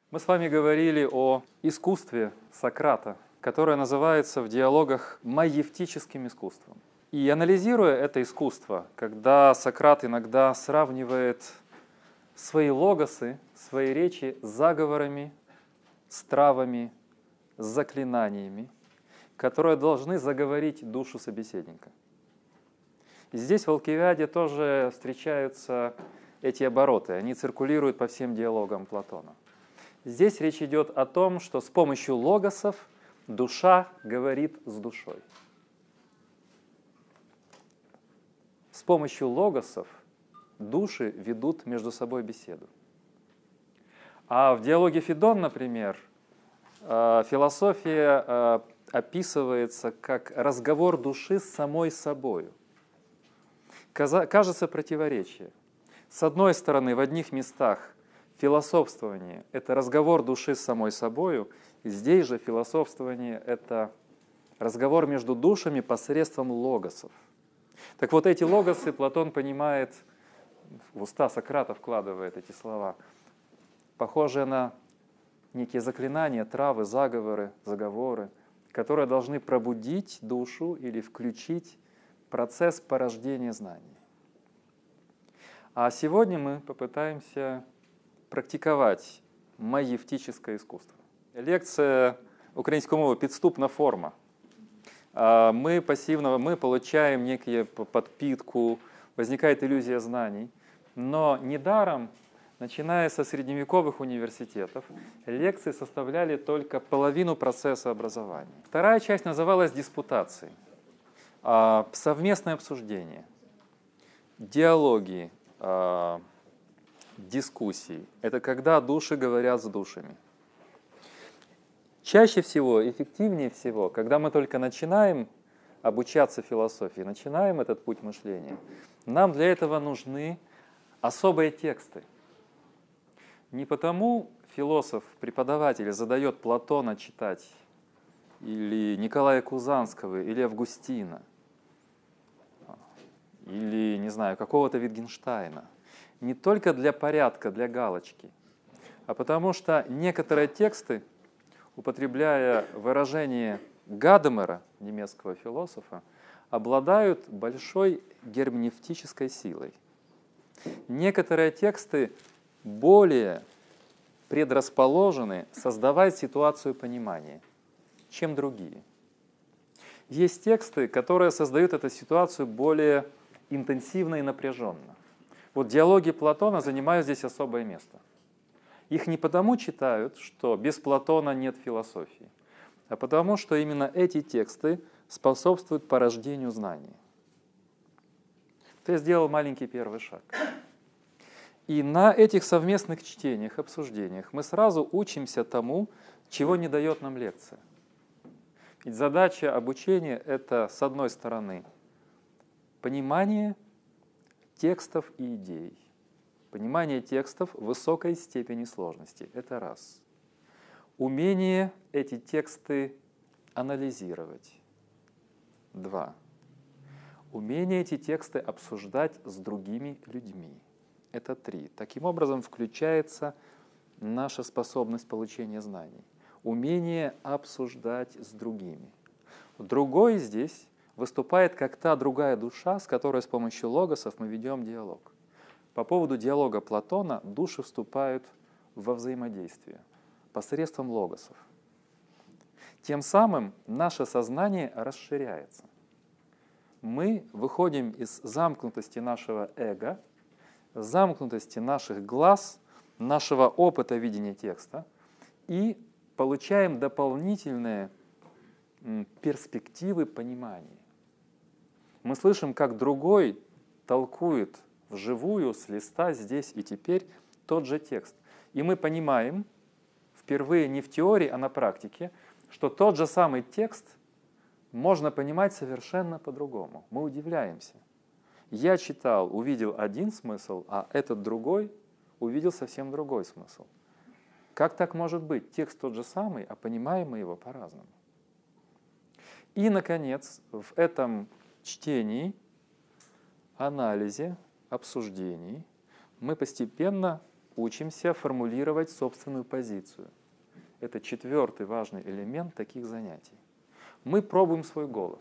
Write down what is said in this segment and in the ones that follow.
Мы с вами говорили о искусстве Сократа, которое называется в диалогах маевтическим искусством. И анализируя это искусство, когда Сократ иногда сравнивает свои логосы, свои речи с заговорами, с травами, с заклинаниями, которые должны заговорить душу собеседника. И здесь в Алкивиаде тоже встречаются эти обороты, они циркулируют по всем диалогам Платона. Здесь речь идет о том, что с помощью логосов душа говорит с душой. С помощью логосов души ведут между собой беседу. А в диалоге Федон, например, философия описывается как разговор души с самой собою. Кажется противоречие. С одной стороны, в одних местах философствование – это разговор души с самой собою, и здесь же философствование – это разговор между душами посредством логосов. Так вот, эти логосы Платон понимает, в уста Сократа вкладывает эти слова, похожие на некие заклинания, травы, заговоры, заговоры, которые должны пробудить душу или включить процесс порождения знаний. А сегодня мы попытаемся практиковать маевтическое искусство. Лекция українською мовою «Підступна форма». Мы получаем некую подпитку, возникает иллюзия знаний, но недаром, начиная со средневековых университетов, лекции составляли только половину процесса образования. Вторая часть называлась диспутацией, совместное обсуждение, диалоги, дискуссии. Это когда души говорят с душами. Чаще всего, эффективнее всего, когда мы только начинаем обучаться философии, начинаем этот путь мышления, нам для этого нужны особые тексты. Не потому философ, преподаватель задает Платона читать, или Николая Кузанского, или Августина, или, не знаю, какого-то Витгенштейна. Не только для порядка, для галочки, а потому что некоторые тексты, употребляя выражение Гадамера, немецкого философа, обладают большой герменевтической силой. Некоторые тексты более предрасположены создавать ситуацию понимания, чем другие. Есть тексты, которые создают эту ситуацию более интенсивно и напряженно. Вот диалоги Платона занимают здесь особое место. Их не потому читают, что без Платона нет философии, а потому что именно эти тексты способствуют порождению знаний. Я сделал маленький первый шаг. И на этих совместных чтениях, обсуждениях мы сразу учимся тому, чего не дает нам лекция. Ведь задача обучения — это, с одной стороны, понимание текстов и идей. Понимание текстов высокой степени сложности. Это раз. Умение эти тексты анализировать. Два. Умение эти тексты обсуждать с другими людьми. Это три. Таким образом включается наша способность получения знаний. Умение обсуждать с другими. Другой здесь выступает как та другая душа, с которой с помощью логосов мы ведем диалог. По поводу диалога Платона души вступают во взаимодействие посредством логосов. Тем самым наше сознание расширяется. Мы выходим из замкнутости нашего эго, замкнутости наших глаз, нашего опыта видения текста и получаем дополнительные перспективы понимания. Мы слышим, как другой толкует вживую, с листа, здесь и теперь тот же текст. И мы понимаем, впервые не в теории, а на практике, что тот же самый текст можно понимать совершенно по-другому. Мы удивляемся. Я читал, увидел один смысл, а этот другой увидел совсем другой смысл. Как так может быть? Текст тот же самый, а понимаем мы его по-разному. И, наконец, в этом чтении, анализе, обсуждении мы постепенно учимся формулировать собственную позицию. Это четвертый важный элемент таких занятий. Мы пробуем свой голос.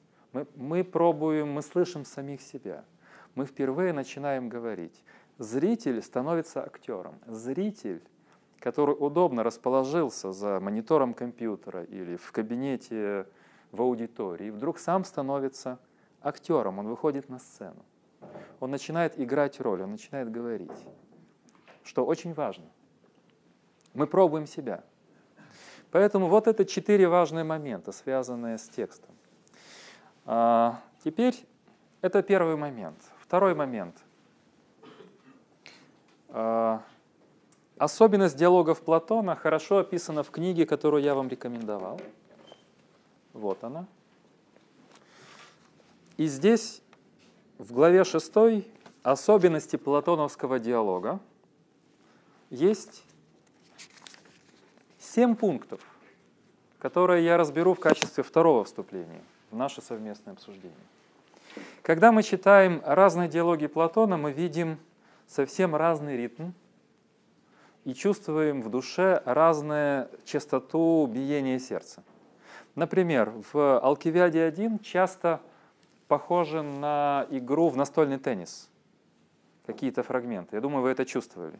Мы слышим самих себя. Мы впервые начинаем говорить. Зритель становится актером. Зритель, который удобно расположился за монитором компьютера или в кабинете в аудитории, вдруг сам становится актером, он выходит на сцену. Он начинает играть роль, он начинает говорить, что очень важно. Мы пробуем себя. Поэтому вот это 4 важные момента, связанные с текстом. Теперь это первый момент. Второй момент. Особенность диалогов Платона хорошо описана в книге, которую я вам рекомендовал. Вот она. И здесь, в главе 6, особенности платоновского диалога, есть 7 пунктов, которые я разберу в качестве второго вступления в наше совместное обсуждение. Когда мы читаем разные диалоги Платона, мы видим совсем разный ритм и чувствуем в душе разную частоту биения сердца. Например, в «Алкивиаде 1» часто похоже на игру в настольный теннис. Какие-то фрагменты. Я думаю, вы это чувствовали.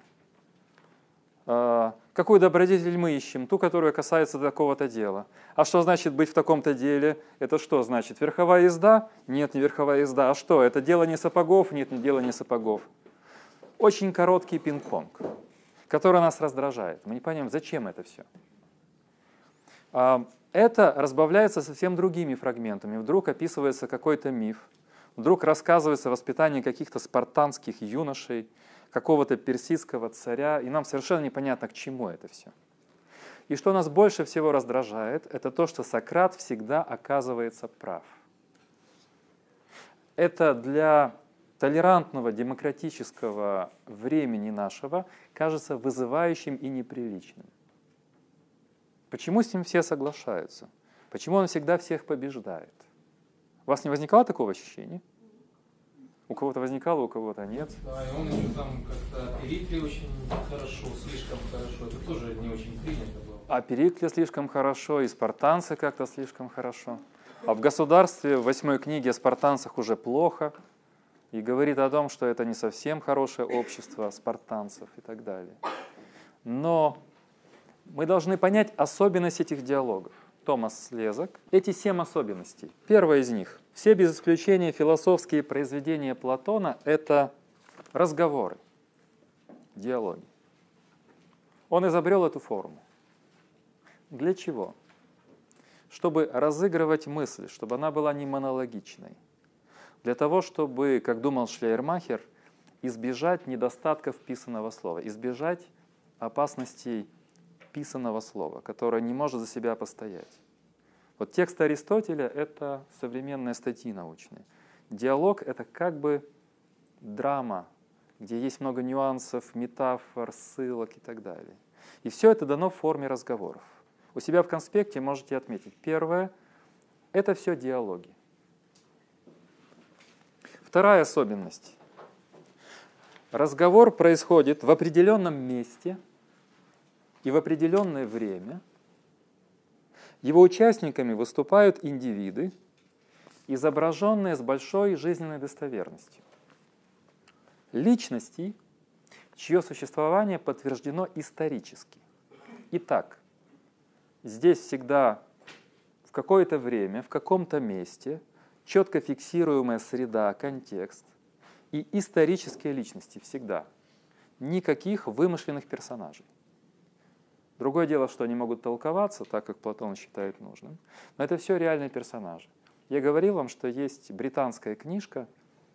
Какую добродетель мы ищем? Ту, которая касается такого-то дела. А что значит быть в таком-то деле? Это что значит? Верховая езда? Нет, не верховая езда. А что? Это дело не сапогов? Нет, не дело не сапогов. Очень короткий пинг-понг, который нас раздражает. Мы не понимаем, зачем это все. Это разбавляется совсем другими фрагментами. Вдруг описывается какой-то миф, вдруг рассказывается воспитание каких-то спартанских юношей, какого-то персидского царя, и нам совершенно непонятно, к чему это все. И что нас больше всего раздражает, это то, что Сократ всегда оказывается прав. Это для толерантного демократического времени нашего кажется вызывающим и неприличным. Почему с ним все соглашаются? Почему он всегда всех побеждает? У вас не возникало такого ощущения? У кого-то возникало, у кого-то нет. Да, и он еще там как-то Перикле очень хорошо, слишком хорошо. Это тоже не очень принято было. А Перикле слишком хорошо, и спартанцы как-то слишком хорошо. А в государстве в 8 книге о спартанцах уже плохо. И говорит о том, что это не совсем хорошее общество спартанцев и так далее. Но мы должны понять особенность этих диалогов. Томас Слезак. Эти 7 особенностей. Первая из них. Все без исключения философские произведения Платона — это разговоры, диалоги. Он изобрел эту форму. Для чего? Чтобы разыгрывать мысль, чтобы она была не монологичной. Для того, чтобы, как думал Шлейермахер, избежать недостатков писанного слова, избежать опасностей писанного слова, которое не может за себя постоять. Вот текст Аристотеля — это современные статьи научные. Диалог — это как бы драма, где есть много нюансов, метафор, ссылок и так далее. И все это дано в форме разговоров. У себя в конспекте можете отметить. Первое — это все диалоги. Вторая особенность. Разговор происходит в определенном месте и в определенное время. Его участниками выступают индивиды, изображенные с большой жизненной достоверностью. Личности, чье существование подтверждено исторически. Итак, здесь всегда в какое-то время, в каком-то месте четко фиксируемая среда, контекст и исторические личности всегда. Никаких вымышленных персонажей. Другое дело, что они могут толковаться так, как Платон считает нужным, но это все реальные персонажи. Я говорил вам, что есть британская книжка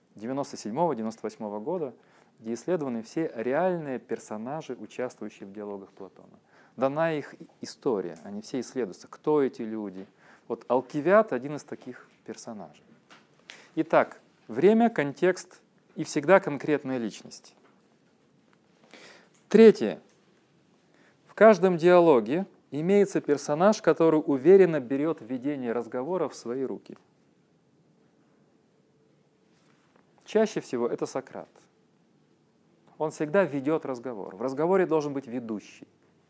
97-98 года, где исследованы все реальные персонажи, участвующие в диалогах Платона. Дана их история, они все исследуются, кто эти люди. Вот Алкивиад — один из таких персонажей. Итак, время, контекст и всегда конкретная личность. Третье. В каждом диалоге имеется персонаж, который уверенно берет ведение разговора в свои руки. Чаще всего это Сократ. Он всегда ведет разговор. В разговоре должен быть ведущий.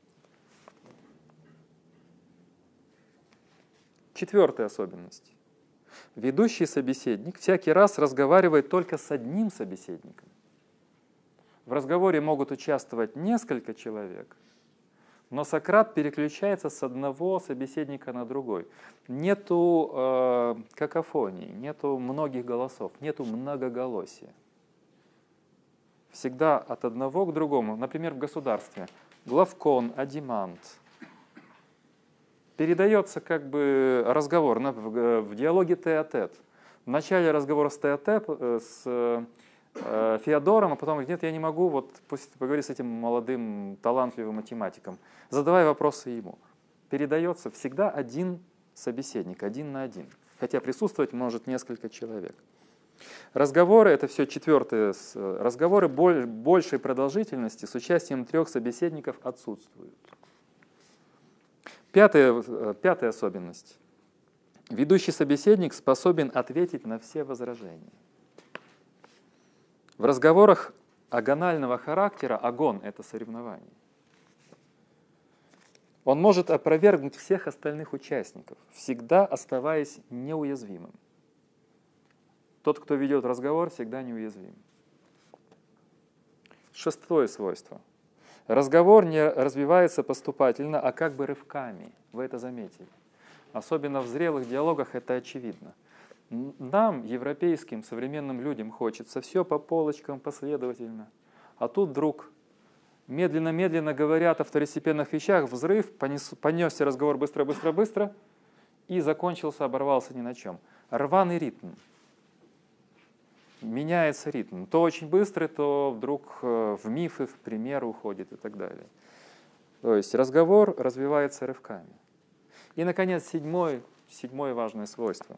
Четвертая особенность. Ведущий собеседник всякий раз разговаривает только с одним собеседником. В разговоре могут участвовать несколько человек, но Сократ переключается с одного собеседника на другой. Нету какофонии, нету многих голосов, нету многоголосия. Всегда от одного к другому. Например, в государстве главкон, адъютант. Передается как бы разговор в диалоге тет-а-тет. В начале разговора с тет-а-тет с Феодором, а потом говорит: нет, я не могу, вот пусть поговори с этим молодым талантливым математиком. Задавай вопросы ему. Передается всегда один собеседник, один на один. Хотя присутствовать может несколько человек. Разговоры, это все четвертое, разговоры большей продолжительности с участием 3 собеседников отсутствуют. Пятая особенность. Ведущий собеседник способен ответить на все возражения. В разговорах агонального характера, агон — это соревнование, он может опровергнуть всех остальных участников, всегда оставаясь неуязвимым. Тот, кто ведет разговор, всегда неуязвим. Шестое свойство. Разговор не развивается поступательно, а как бы рывками. Вы это заметили. Особенно в зрелых диалогах это очевидно. Нам, европейским современным людям, хочется все по полочкам, последовательно. А тут вдруг медленно-медленно говорят о второстепенных вещах, взрыв, понесся разговор быстро-быстро-быстро и закончился, оборвался ни на чем. Рваный ритм. Меняется ритм. То очень быстрый, то вдруг в мифы, в примеры уходит и так далее. То есть разговор развивается рывками. И, наконец, седьмое важное свойство.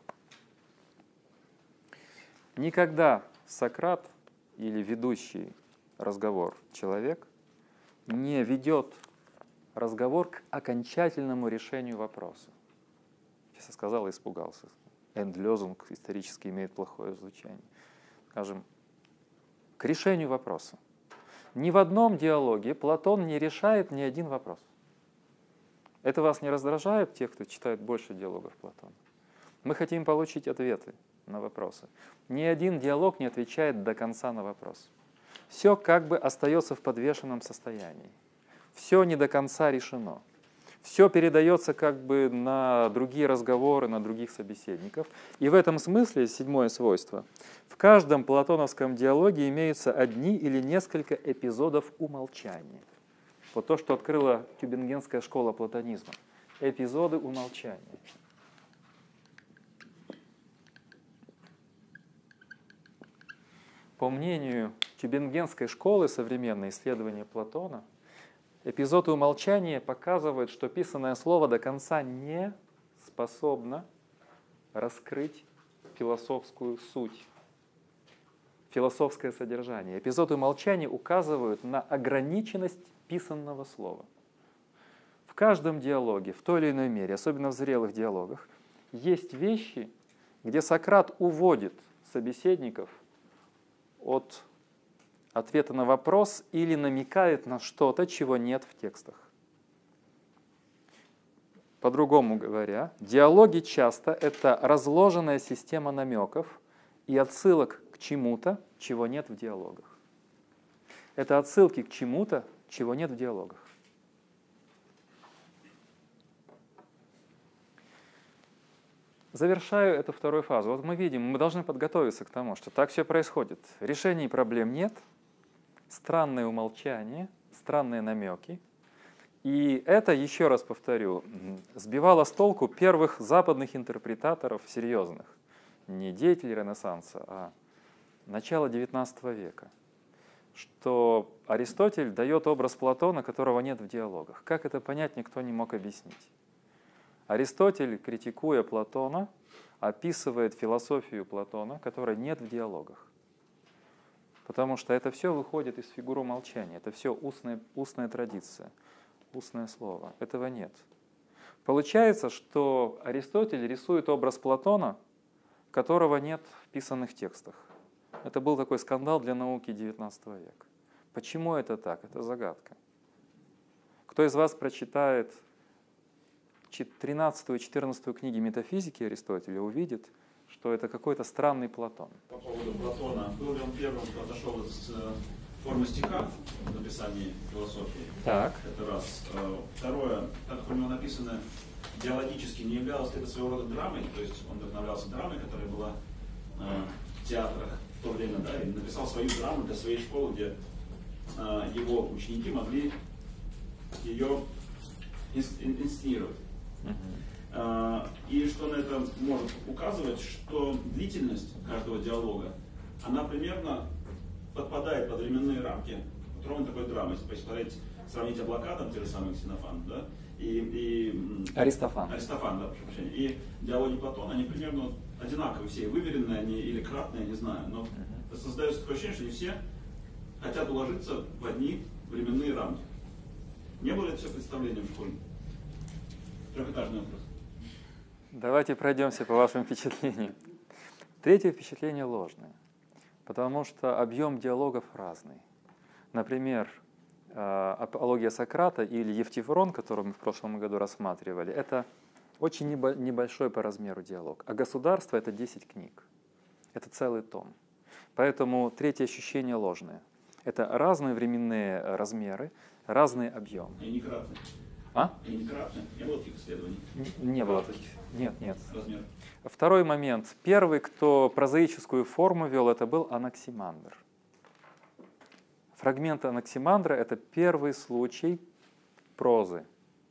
Никогда Сократ или ведущий разговор человек не ведет разговор к окончательному решению вопроса. Сейчас я сказал и испугался. Эндлёзунг исторически имеет плохое звучание. Скажем, к решению вопроса. Ни в одном диалоге Платон не решает ни один вопрос. Это вас не раздражает, тех, кто читает больше диалогов Платона? Мы хотим получить ответы на вопросы. Ни один диалог не отвечает до конца на вопрос. Все как бы остается в подвешенном состоянии. Все не до конца решено. Все передается как бы на другие разговоры, на других собеседников. И в этом смысле, седьмое свойство, в каждом платоновском диалоге имеются одни или несколько эпизодов умолчания. Вот то, что открыла Тюбингенская школа платонизма. Эпизоды умолчания. По мнению Тюбингенской школы современной исследования Платона, эпизоды умолчания показывают, что писанное слово до конца не способно раскрыть философскую суть, философское содержание. Эпизоды умолчания указывают на ограниченность писанного слова. В каждом диалоге, в той или иной мере, особенно в зрелых диалогах, есть вещи, где Сократ уводит собеседников от ответа на вопрос или намекает на что-то, чего нет в текстах. По-другому говоря, диалоги часто это разложенная система намеков и отсылок к чему-то, чего нет в диалогах. Это отсылки к чему-то, чего нет в диалогах. Завершаю эту вторую фазу. Вот мы видим, мы должны подготовиться к тому, что так все происходит. Решений проблем нет, странное умолчание, странные намеки. И это, еще раз повторю, сбивало с толку первых западных интерпретаторов серьезных. Не деятелей Ренессанса, а начала XIX века. Что Аристотель дает образ Платона, которого нет в диалогах. Как это понять, никто не мог объяснить. Аристотель, критикуя Платона, описывает философию Платона, которой нет в диалогах. Потому что это все выходит из фигуры молчания, это все устная традиция, устное слово. Этого нет. Получается, что Аристотель рисует образ Платона, которого нет в писанных текстах. Это был такой скандал для науки XIX века. Почему это так? Это загадка. Кто из вас прочитает 13 и 14 книги метафизики Аристотеля, увидит, что это какой-то странный Платон. По поводу Платона. Был ли он первым, кто отошел с формы стиха в написании философии? Так. Это раз. Второе, так как у него написано диалогически, не являлось ли это своего рода драмой, то есть он вдохновлялся драмой, которая была в театрах в то время, да, и написал свою драму для своей школы, где его ученики могли ее инсценировать. И что на это может указывать, что длительность каждого диалога, она примерно подпадает под временные рамки вот ровно такой драмы. Если посмотреть, сравнить облака, там те же самые Ксенофан, да, и Аристофан. Аристофан, да, прошу прощения. И диалоги Платона, они примерно одинаковые все, выверенные они или кратные, не знаю, но создается такое ощущение, что не все хотят уложиться в одни временные рамки. Не было это все представлением в школе? Трехэтажный вопрос. Давайте пройдемся по вашим впечатлениям. Третье впечатление ложное, потому что объем диалогов разный. Например, апология Сократа или Евтифрон, которую мы в прошлом году рассматривали, это очень небольшой по размеру диалог. А государство — это 10 книг. Это целый том. Поэтому третье ощущение ложное. Это разные временные размеры, разные объемы. И не кратные. А? И не кратные. Не было таких исследований? Не было таких. Нет. Размер. Второй момент. Первый, кто прозаическую форму вел, это был Анаксимандр. Фрагмент Анаксимандра — это первый случай прозы.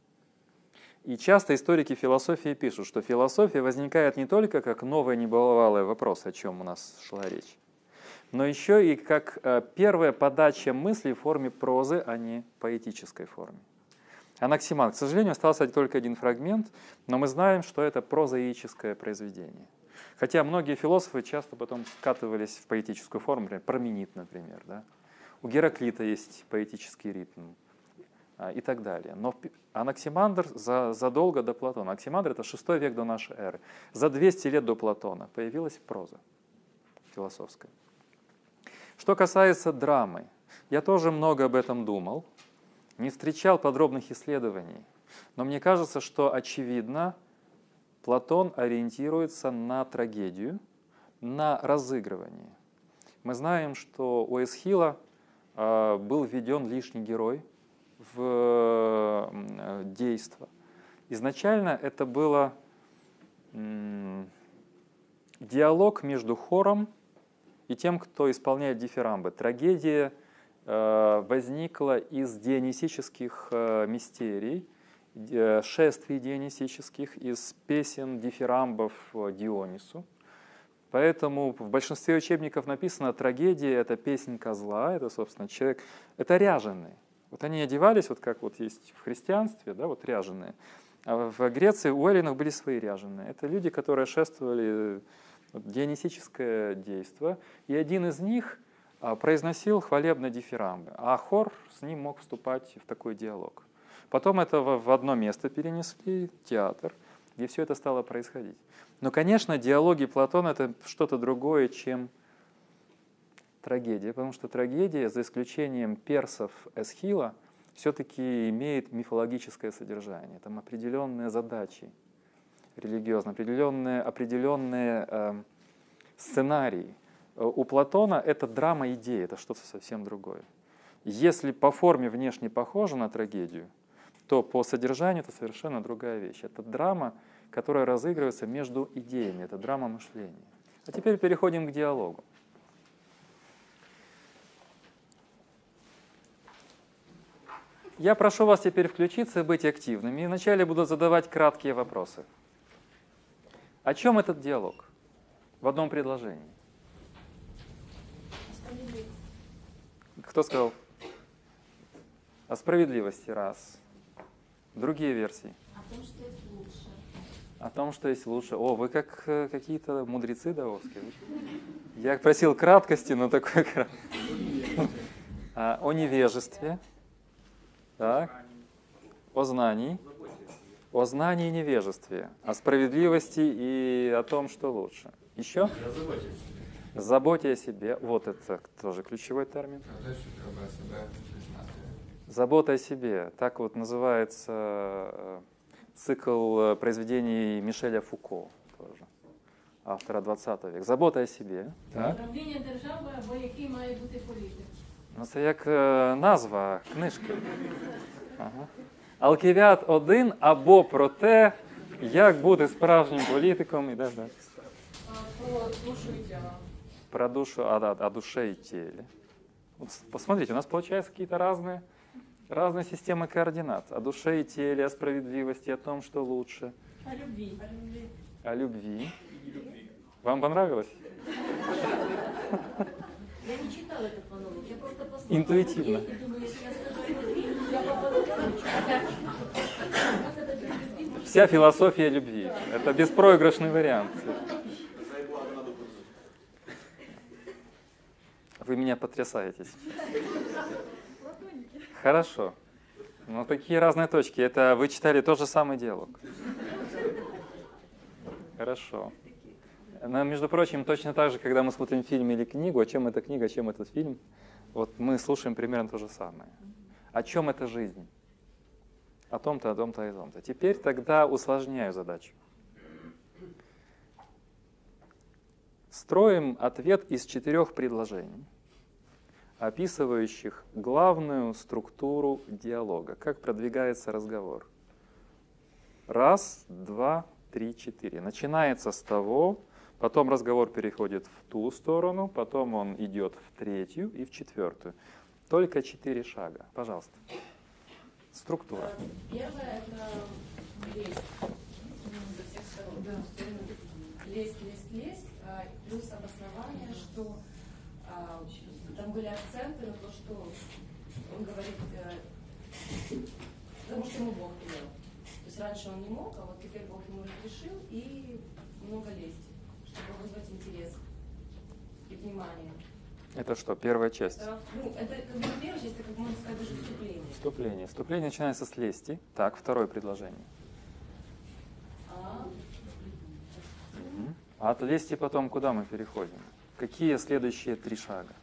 И часто историки философии пишут, что философия возникает не только как новый небывалый вопрос, о чем у нас шла речь, но еще и как первая подача мыслей в форме прозы, а не поэтической форме. Анаксимандр, к сожалению, остался только один фрагмент, но мы знаем, что это прозаическое произведение. Хотя многие философы часто потом скатывались в поэтическую форму, например, Парменид, например. Да? У Гераклита есть поэтический ритм и так далее. Но Анаксимандр задолго до Платона. Анаксимандр — это 6 век до нашей эры. За 200 лет до Платона появилась проза философская. Что касается драмы, я тоже много об этом думал, не встречал подробных исследований, но мне кажется, что очевидно, Платон ориентируется на трагедию, на разыгрывание. Мы знаем, что у Эсхила был введен лишний герой в действо. Изначально это было диалог между хором и тем, кто исполняет дифирамбы. Трагедия возникла из дионисических мистерий, шествий дионисических, из песен дифирамбов Дионису. Поэтому в большинстве учебников написано, трагедия — это песнь козла, это, собственно, человек, это ряженые. Вот они одевались, вот как вот есть в христианстве, да, вот ряженые. А в Греции у эллинов были свои ряженые. Это люди, которые шествовали дионисическое действо, и один из них произносил хвалебно дифирамбы, а хор с ним мог вступать в такой диалог. Потом это в одно место перенесли, театр, где все это стало происходить. Но, конечно, диалоги Платона — это что-то другое, чем трагедия, потому что трагедия, за исключением персов Эсхила, все-таки имеет мифологическое содержание. Там определенные задачи религиозные, определенные сценарии. У Платона это драма идеи, это что-то совсем другое. Если по форме внешне похоже на трагедию, то по содержанию это совершенно другая вещь. Это драма, которая разыгрывается между идеями, это драма мышления. А теперь переходим к диалогу. Я прошу вас теперь включиться и быть активными. И вначале буду задавать краткие вопросы. О чем этот диалог? В одном предложении. Кто сказал? О справедливости, раз. Другие версии. О том, что есть лучше. О том, что есть лучше. О, вы как какие-то мудрецы даосские. Я просил краткости, но такой краткости. О невежестве. Так. О знании. О знании и невежестве. О справедливости и о том, что лучше. Еще? Заботе о себе. Вот это тоже ключевой термин. Дальше треба себе признати. Забота о себе. Так вот называется цикл произведений Мишеля Фуко, тоже, автора 20 века. Забота о себе. Так. Правління держави або який має бути політик. Ну, це як назва книжки. Ага. Алківіад 1 або про те, як бути справжнім політиком і так далі. Про душу і тіло. Про душу, о душе и теле. Вот посмотрите, у нас получаются какие-то разные системы координат. О душе и теле, о справедливости, о том, что лучше. О любві. О любви. Вам понравилось? Я не читала этот монолог, я просто послушала. Интуитивно. И думаю, если я скажу этот фильм, я попаду в ключ. Вся философия любви. Это беспроигрышный вариант. Вы меня потрясаете сейчас. Хорошо. Ну, такие разные точки. Это вы читали тот же самый диалог. Хорошо. Но, между прочим, точно так же, когда мы смотрим фильм или книгу, о чем эта книга, о чем этот фильм, вот мы слушаем примерно то же самое. О чем эта жизнь? О том-то, о том-то и о том-то. Теперь тогда усложняю задачу. Строим ответ из 4 предложений, описывающих главную структуру диалога, как продвигается разговор. 1, 2, 3, 4. Начинается с того, потом разговор переходит в ту сторону, потом он идет в 3 и в 4. Только 4 шага. Пожалуйста. Структура. Первое — это лезть со всех сторон. Да. Лезть, плюс обоснование, что там были акценты на то, что он говорит, потому что ему Бог велел. То есть раньше он не мог, а вот теперь Бог ему разрешил, и много лезть, чтобы вызвать интерес и внимание. Это что, первая часть? Ну, это как бы первая часть, это, как можно сказать, даже вступление. Вступление. Вступление начинается с лести. Так, второе предложение. А от лести потом куда мы переходим? Какие следующие 3 шага?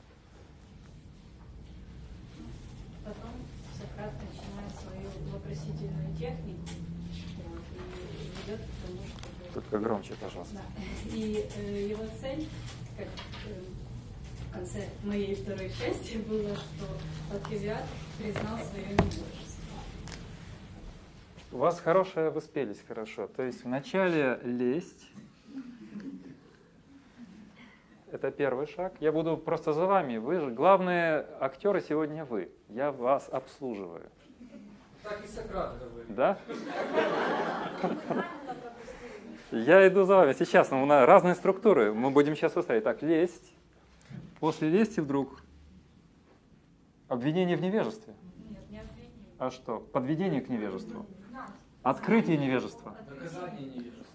Потом Сократ начинает свою вопросительную технику и ведет к тому, чтобы... Только громче, пожалуйста. Да. И его цель, как в конце моей второй части, было, что Алкивиад признал свое невежество. У вас хорошее, вы спелись хорошо. То есть вначале лесть. Это первый шаг. Я буду просто за вами. Вы же главные актеры сегодня вы. Я вас обслуживаю. Так и Сократ говорит. Да? Я иду за вами. Сейчас у нас разные структуры. Мы будем сейчас выстраивать. Так, лесть. После лести вдруг обвинение в невежестве. Нет, не обвинение. А что? Подведение к невежеству. Открытие невежества. Доказание невежества.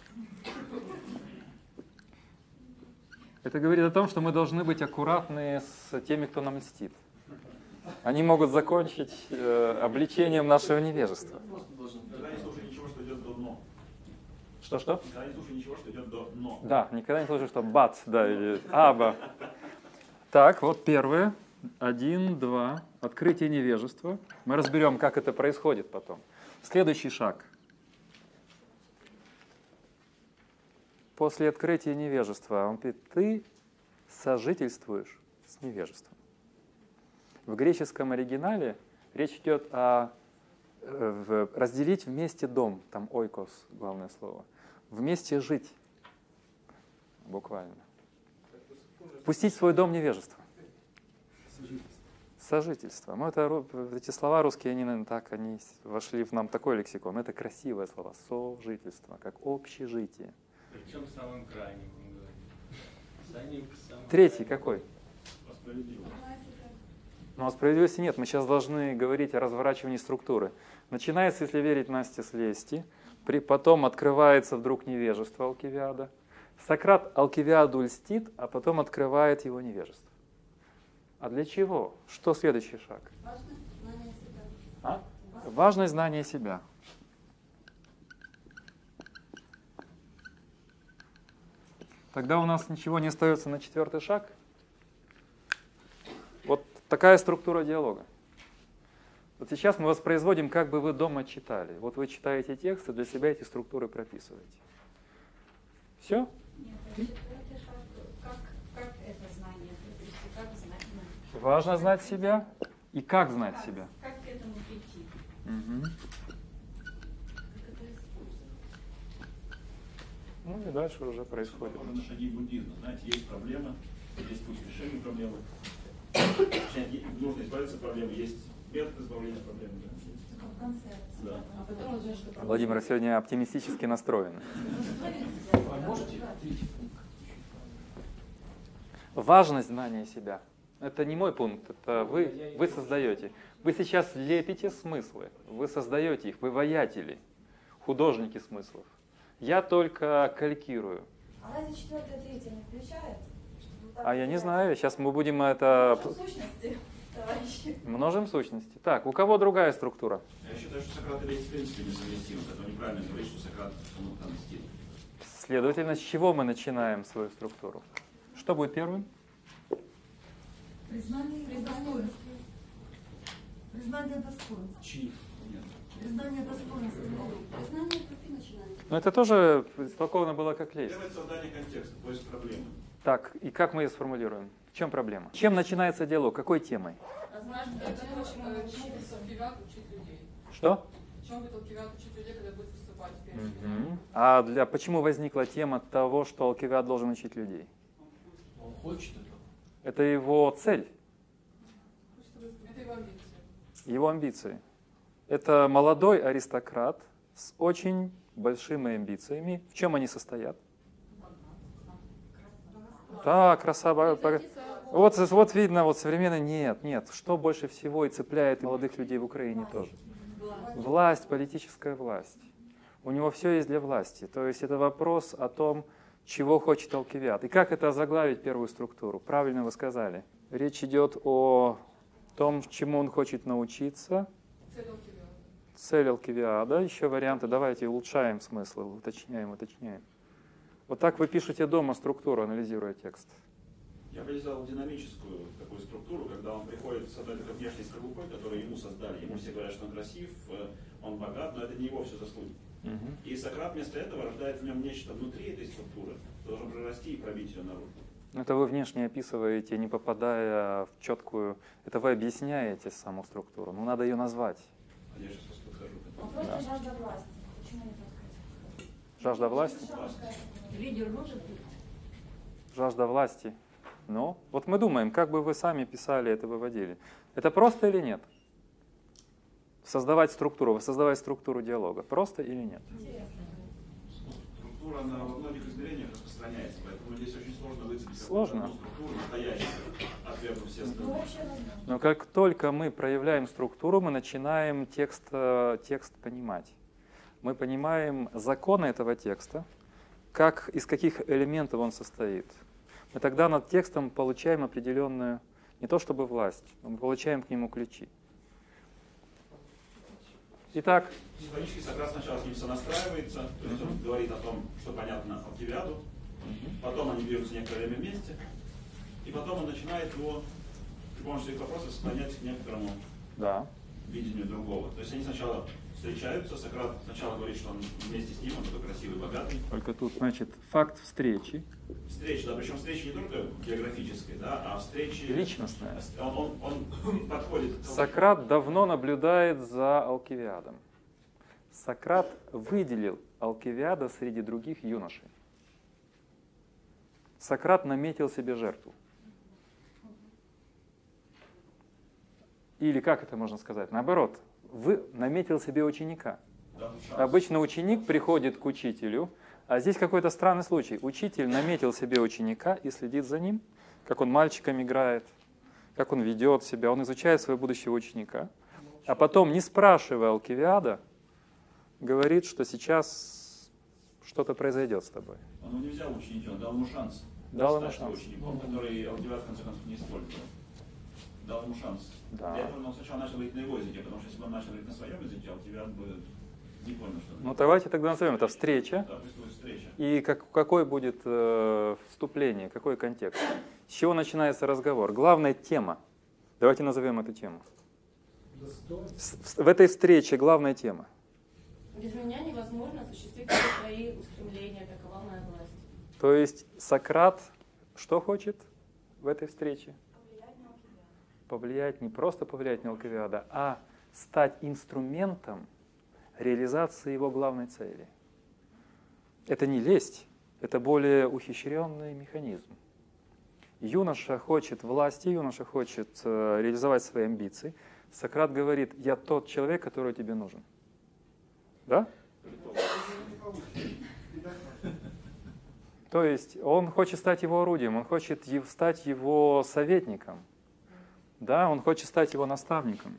Это говорит о том, что мы должны быть аккуратны с теми, кто нам льстит. Они могут закончить обличением нашего невежества. Никогда не слушай ничего, что идет до дно. Что-что? Никогда не слушай ничего, что идет до дно. Да, никогда не слышал, что бац, да, или аба. Так, вот первое. 1, 2. Открытие невежества. Мы разберем, как это происходит потом. Следующий шаг. После открытия невежества он говорит, ты сожительствуешь с невежеством. В греческом оригинале речь идет о разделить вместе дом, там ойкос, главное слово, вместе жить, буквально. Пустить в свой дом невежество. Сожительство. Ну, это, эти слова русские, они вошли в нам такой лексикон. Это красивое слово. Сожительство, как общежитие. Причем самым крайним, он говорит. Третий какой? Справедливо. Ну, а справедливости нет. Мы сейчас должны говорить о разворачивании структуры. Начинается, если верить Насте, с лести. Потом открывается вдруг невежество Алкивиада. Сократ Алкивиаду льстит, а потом открывает его невежество. А для чего? Что следующий шаг? Важность знания себя. А? Важность знания себя. Тогда у нас ничего не остается на четвертый шаг. Вот такая структура диалога. Вот сейчас мы воспроизводим, как бы вы дома читали. Вот вы читаете тексты, для себя эти структуры прописываете. Все? Нет, а четвертый шаг, как это знание приобрести, как знать? Важно знать себя и как знать себя. Как к этому прийти? Угу. Как это использовать? Ну и дальше уже происходит. Похоже на шаги буддизма. Знаете, есть проблема, есть путь решения проблемы. Точнее, нужно избавиться от проблемы, есть метод избавления от проблемы. Как концепция. Да. А потом уже что? Владимир сегодня оптимистически настроен. А можете третий пункт? Важность знания себя. Это не мой пункт, это вы создаете. Вы сейчас лепите смыслы, вы создаете их, вы воятели, художники смыслов. Я только калькирую. А разве четвертое, третье не включает? А я не знаю, сейчас мы будем это... Сущности, товарищи. Множим сущности. Так, у кого другая структура? Я считаю, что Сократ и Лейс в принципе несовместимы, поэтому неправильно говорить, что Сократ там стиль. Следовательно, с чего мы начинаем свою структуру? Что будет первым? Признание достоинства. Признание достоинства. Чьих? Нет. Признание достоинства. Признание любви начинается. Ну, это тоже истолковано было как лесть. Первое — создание контекста, поиск проблемы. Так, и как мы ее сформулируем? В чем проблема? Чем начинается диалог? Какой темой? Однажды Толкивиад учить людей. Что? В чем будет Толкивиад учить людей, когда будет выступать перед людьми? Мгм. А почему возникла тема того, что Алкивиад должен учить людей? Он хочет этого. Это его цель, Это его амбиции. его амбиции. Это молодой аристократ с очень большими амбициями. В чем они состоят? Да, краса. Вот видно, вот современно нет. Что больше всего и цепляет молодых людей в Украине тоже? Власть, политическая власть. У него все есть для власти. То есть это вопрос о том, чего хочет Алкивиад. И как это озаглавить первую структуру? Правильно вы сказали. Речь идет о том, чему он хочет научиться. Цель Толкивиада. Цель Алкивиада. Еще варианты. Давайте улучшаем смысл, уточняем. Вот так вы пишете дома структуру, анализируя текст. Я бы взял динамическую такую структуру, когда он приходит с одной такой внешней скорлупой, которую ему создали. Ему все говорят, что он красив, он богат, но это не его все заслуги. И Сократ вместо этого рождает в нем нечто внутри этой структуры, должен прорасти и пробить ее наружу. Это вы внешне описываете, не попадая в четкую... Это вы объясняете саму структуру. Ну, надо ее назвать. Я сейчас просто подхожу к этому. Вопрос Да. жажда власти. Почему не подходит? Жажда власти? Лидер может быть? Жажда власти. Ну, вот мы думаем, как бы вы сами писали, это выводили. Это просто или нет? Создавать структуру, воссоздавать структуру диалога. Просто или нет? Структура она во многих измерениях распространяется, поэтому здесь очень сложно выцепить Сложно. одну структуру настоящую, отвергнув все остальные. Но как только мы проявляем структуру, мы начинаем текст понимать. Мы понимаем законы этого текста, из каких элементов он состоит. Мы тогда над текстом получаем определенную, не то чтобы власть, но мы получаем к нему ключи. Итак, Психологически Сократ сначала с ним сонастраивается, то есть он говорит о том, что понятно Алкивиаду, потом они движутся некоторое время вместе, и потом он начинает его при помощи своих вопросов склонять к некоторому да. видению другого. То есть они сначала встречаются, Сократ сначала говорит, что он вместе с ним, он такой красивый, богатый. Только тут, значит, факт встречи. Встреча, да, причем встреча не только географической, да, а встречи... Личностная. Он подходит к... Сократ давно наблюдает за Алкивиадом. Сократ выделил Алкивиада среди других юношей. Сократ наметил себе жертву. Или как это можно сказать? Наоборот, наметил себе ученика. Обычно ученик приходит к учителю, а здесь какой-то странный случай. Учитель наметил себе ученика и следит за ним, как он мальчиком играет, как он ведет себя. Он изучает своего будущего ученика. А потом, не спрашивая Алкивиада, говорит, что сейчас что-то произойдет с тобой. Он его не взял ученики, он дал ему шанс. Дал ему стать шанс. учеником, который Алкивиад в конце концов не использовал. Дал ему шанс. Да. Для этого он сначала начал говорить на его языке, потому что если бы он начал говорить на своем языке, Алкивиад бы Не понял, что Ну давайте тогда назовем это встреча. Да, пусть будет встреча. И какой будет вступление, какой контекст? С чего начинается разговор? Главная тема. Давайте назовем эту тему. В этой встрече главная тема. Без меня невозможно осуществить все свои устремления, такова моя власть. То есть Сократ что хочет в этой встрече? Повлиять, не просто повлиять на Алкивиада, а стать инструментом реализации его главной цели. Это не лесть, это более ухищренный механизм. Юноша хочет власти, юноша хочет реализовать свои амбиции. Сократ говорит: я тот человек, который тебе нужен. Да? То есть он хочет стать его орудием, он хочет стать его советником. Да, он хочет стать его наставником.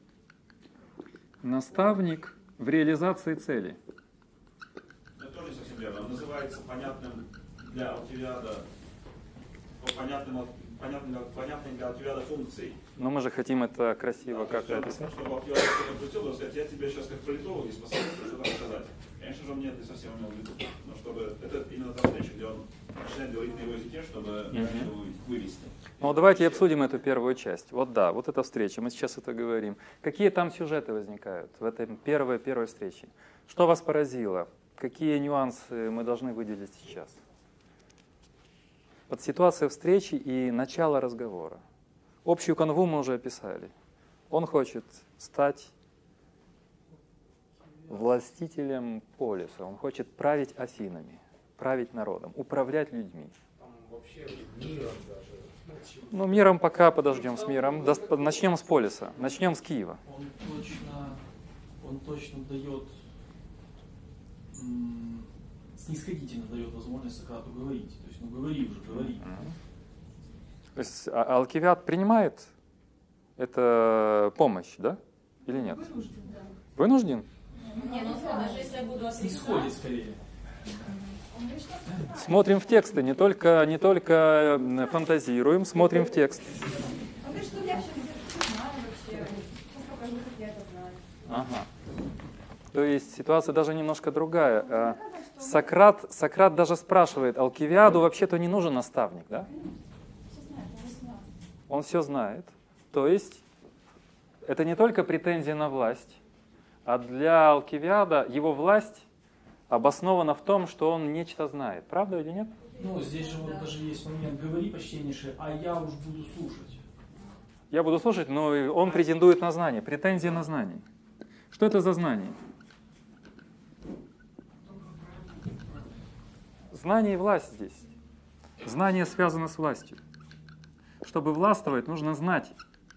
Наставник в реализации цели. Это тоже не совсем верно. Он называется понятным для Алкивиада, понятной для Алкивиада функцией. Но мы же хотим это красиво как-то описать. Чтобы Алкивиад что-то крутил, сказать, я тебе сейчас как политолог и способен что-то рассказать. Конечно же, он не совсем имел в виду. Но чтобы это именно та встреча, где он начинает говорить на его языке, чтобы его вывести. Ну давайте обсудим эту первую часть. Вот да, вот эта встреча, мы сейчас это говорим. Какие там сюжеты возникают в этой первой встрече? Что вас поразило? Какие нюансы мы должны выделить сейчас? Вот ситуация встречи и начало разговора. Общую канву мы уже описали. Он хочет стать властителем полиса, он хочет править Афинами, править народом, управлять людьми. Там вообще миром даже. Ну, миром пока подождем с миром. Начнем с полиса, начнем с Киева. Он точно дает, снисходительно дает возможность Сократу говорить. То есть, ну говори уже, говори. То есть Алкивиад принимает это помощь, да? Или нет? Вынужден? Не, ну даже если я буду отрицать, Исходит скорее. Смотрим в тексты, не только фантазируем, смотрим в текст. Он говорит, что я все знаю вообще. Сейчас покажу, как я это знаю. Ага. То есть ситуация даже немножко другая. Сократ даже спрашивает: Алкивиаду вообще-то не нужен наставник, да? Он все знает. То есть это не только претензия на власть, а для Алкивиада его власть обоснована в том, что он нечто знает. Правда или нет? Ну, здесь же вот даже есть момент: говори, почтеннейший, а я уж буду слушать. Я буду слушать, но он претендует на знание, претензия на знание. Что это за знание? Знание и власть здесь. Знание связано с властью. Чтобы властвовать, нужно знать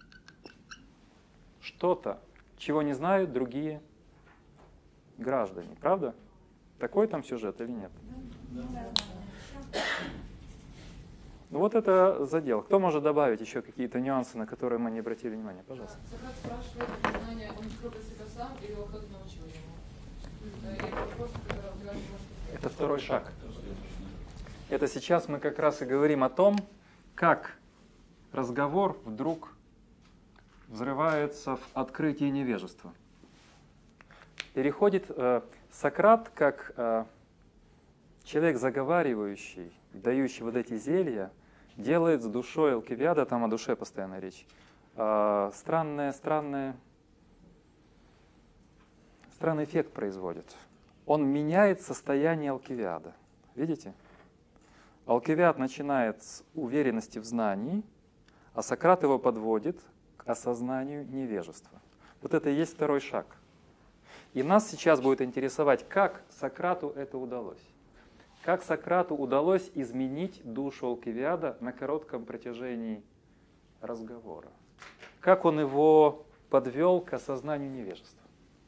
что-то, чего не знают другие граждане. Правда? Такой там сюжет или нет? Ну вот это задел. Кто может добавить еще какие-то нюансы, на которые мы не обратили внимания? Пожалуйста. Сократ спрашивает, это знание, он открыл для себя сам или его кто-то научил ему? Это вопрос, который Алкивиад может... Это второй шаг. Это сейчас мы как раз и говорим о том, как разговор вдруг взрывается в открытии невежества. Переходит Сократ как человек заговаривающий, дающий вот эти зелья, делает с душой Алкивиада, там о душе постоянно речь, странный эффект производит. Он меняет состояние Алкивиада. Видите? Алкивиад начинает с уверенности в знании, а Сократ его подводит к осознанию невежества. Вот это и есть второй шаг. И нас сейчас будет интересовать, как Сократу это удалось. Как Сократу удалось изменить душу Алкивиада на коротком протяжении разговора. Как он его подвел к осознанию невежества.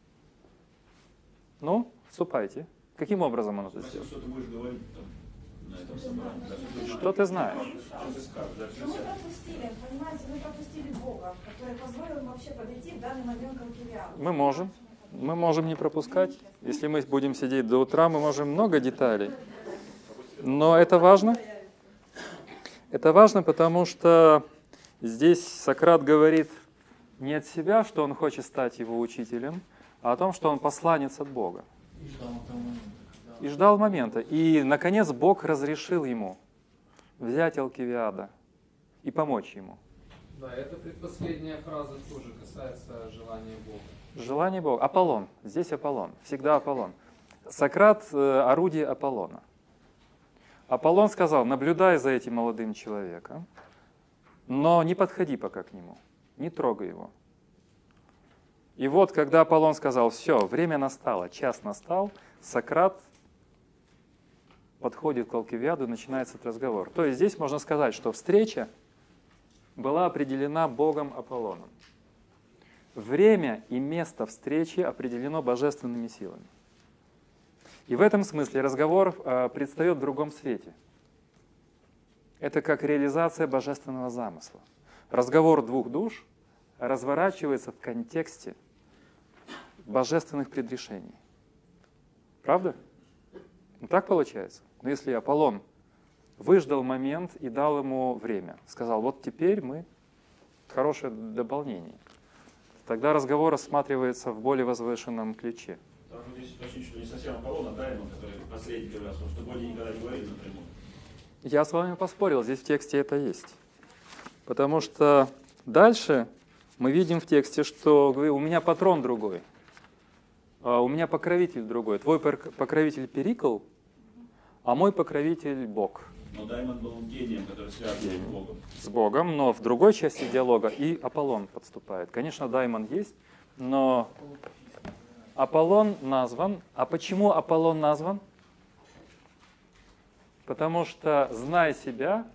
Ну, вступайте. Каким образом он это сделал? Что ты будешь говорить там, на этом собрании? Что ты знаешь? Что ты скажешь? Да, Но мы пропустили, понимаете, мы пропустили Бога, который позволил им вообще подойти в данный момент к Алкивиаду. Мы можем не пропускать. Если мы будем сидеть до утра, мы можем много деталей. Но это важно. Это важно, потому что здесь Сократ говорит не от себя, что он хочет стать его учителем, а о том, что он посланец от Бога. И ждал этого момента. И ждал момента. И, наконец, Бог разрешил ему взять Алкивиада и помочь ему. Да, это предпоследняя фраза тоже касается желания Бога. Желание Бога. Аполлон. Здесь Аполлон. Всегда Аполлон. Сократ – орудие Аполлона. Аполлон сказал: наблюдай за этим молодым человеком, но не подходи пока к нему, не трогай его. И вот, когда Аполлон сказал: все, время настало, час настал, Сократ подходит к Алкивиаду и начинается этот разговор. То есть здесь можно сказать, что встреча была определена Богом Аполлоном. Время и место встречи определено божественными силами. И в этом смысле разговор предстает в другом свете. Это как реализация божественного замысла. Разговор двух душ разворачивается в контексте божественных предрешений. Правда? Ну, так получается. Но если Аполлон выждал момент и дал ему время, сказал: вот теперь мы хорошее дополнение, тогда разговор рассматривается в более возвышенном ключе. Там здесь уточнить, что не совсем Аполлон, а Даймон, который последний первый раз, что более никогда не говорит напрямую. Я с вами поспорил, здесь в тексте это есть. Потому что дальше мы видим в тексте, что у меня патрон другой, у меня покровитель другой. Твой покровитель Перикл, а мой покровитель Бог. Но Даймон был гением, который связан с Богом. С Богом, но в другой части диалога и Аполлон подступает. Конечно, Даймон есть, но Аполлон назван. А почему Аполлон назван? Потому что, зная себя,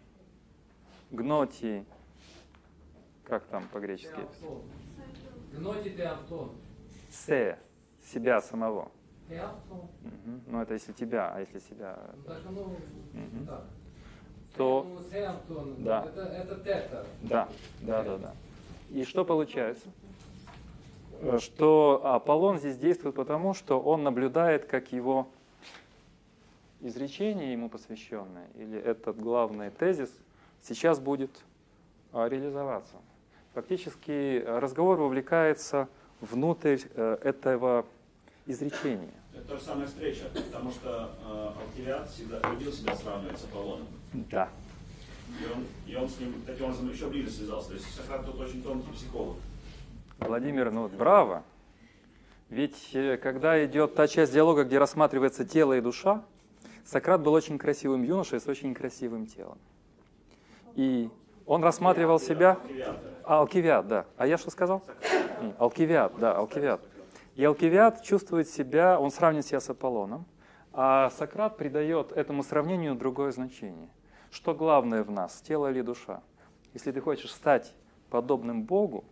гноти, как там по-гречески? Гноти теавтон. Се, себя самого. Теавтон. Ну, это если тебя, а если себя, Так, ну, так. то... Ну, теавтон, Да. это тета. Да. И что получается? Что Аполлон здесь действует потому, что он наблюдает, как его изречение ему посвященное, или этот главный тезис, сейчас будет реализоваться. Фактически разговор вовлекается внутрь этого изречения. Это та же самая встреча, потому что Алкивиад всегда любил себя сравнивать с Аполлоном. Да. И он с ним таким образом еще ближе связался. То есть Сократ тут очень тонкий психолог. Владимир, ну браво! Ведь когда идет та часть диалога, где рассматривается тело и душа, Сократ был очень красивым юношей с очень красивым телом. И он рассматривал себя... Алкивиад, да. А я что сказал? Алкивиад, да, Алкивиад. И Алкивиад чувствует себя, он сравнивает себя с Аполлоном, а Сократ придает этому сравнению другое значение. Что главное в нас, тело или душа? Если ты хочешь стать подобным Богу,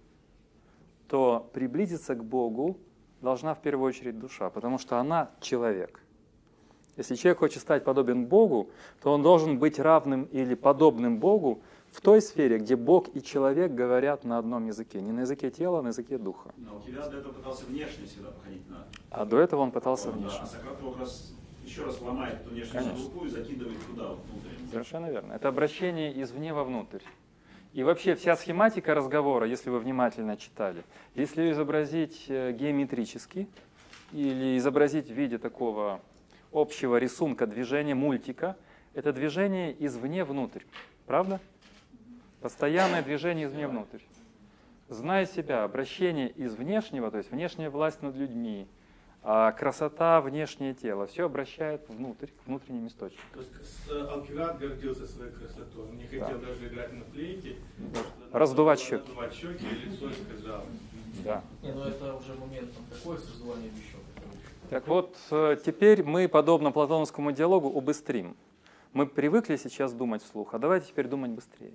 то приблизиться к Богу должна в первую очередь душа, потому что она человек. Если человек хочет стать подобен Богу, то он должен быть равным или подобным Богу в той сфере, где Бог и человек говорят на одном языке. Не на языке тела, а на языке духа. Но Алкивиад до этого пытался внешне всегда походить на... А до этого он пытался Да, внешне. а Сократ его как раз еще раз ломает эту внешнюю скорлупу и закидывает туда, внутрь. Совершенно верно. Это обращение извне вовнутрь. И вообще вся схематика разговора, если вы внимательно читали, если ее изобразить геометрически или изобразить в виде такого общего рисунка движения, мультика, это движение извне внутрь. Правда? Постоянное движение извне внутрь. Зная себя, обращение из внешнего, то есть внешняя власть над людьми, красота, внешнее тело, все обращает внутрь, к внутренним источникам. То есть Алкивиад гордился своей красотой. Он не хотел даже играть на флейте. Раздувать щеки. Раздувать щеки, и лицо искажало. Да. Не, ну это уже момент там такой с раздуванием щек. Так вот, теперь мы, подобно платоновскому диалогу, убыстрим. Мы привыкли сейчас думать вслух, а давайте теперь думать быстрее.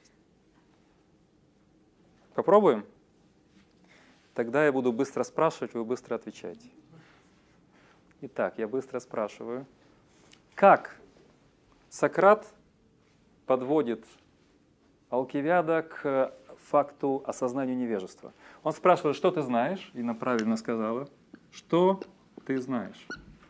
Попробуем? Тогда я буду быстро спрашивать, вы быстро отвечаете. Итак, я быстро спрашиваю. Как Сократ подводит Алкивиада к факту осознанию невежества? Он спрашивает, что ты знаешь? Инна правильно сказала. Что ты знаешь?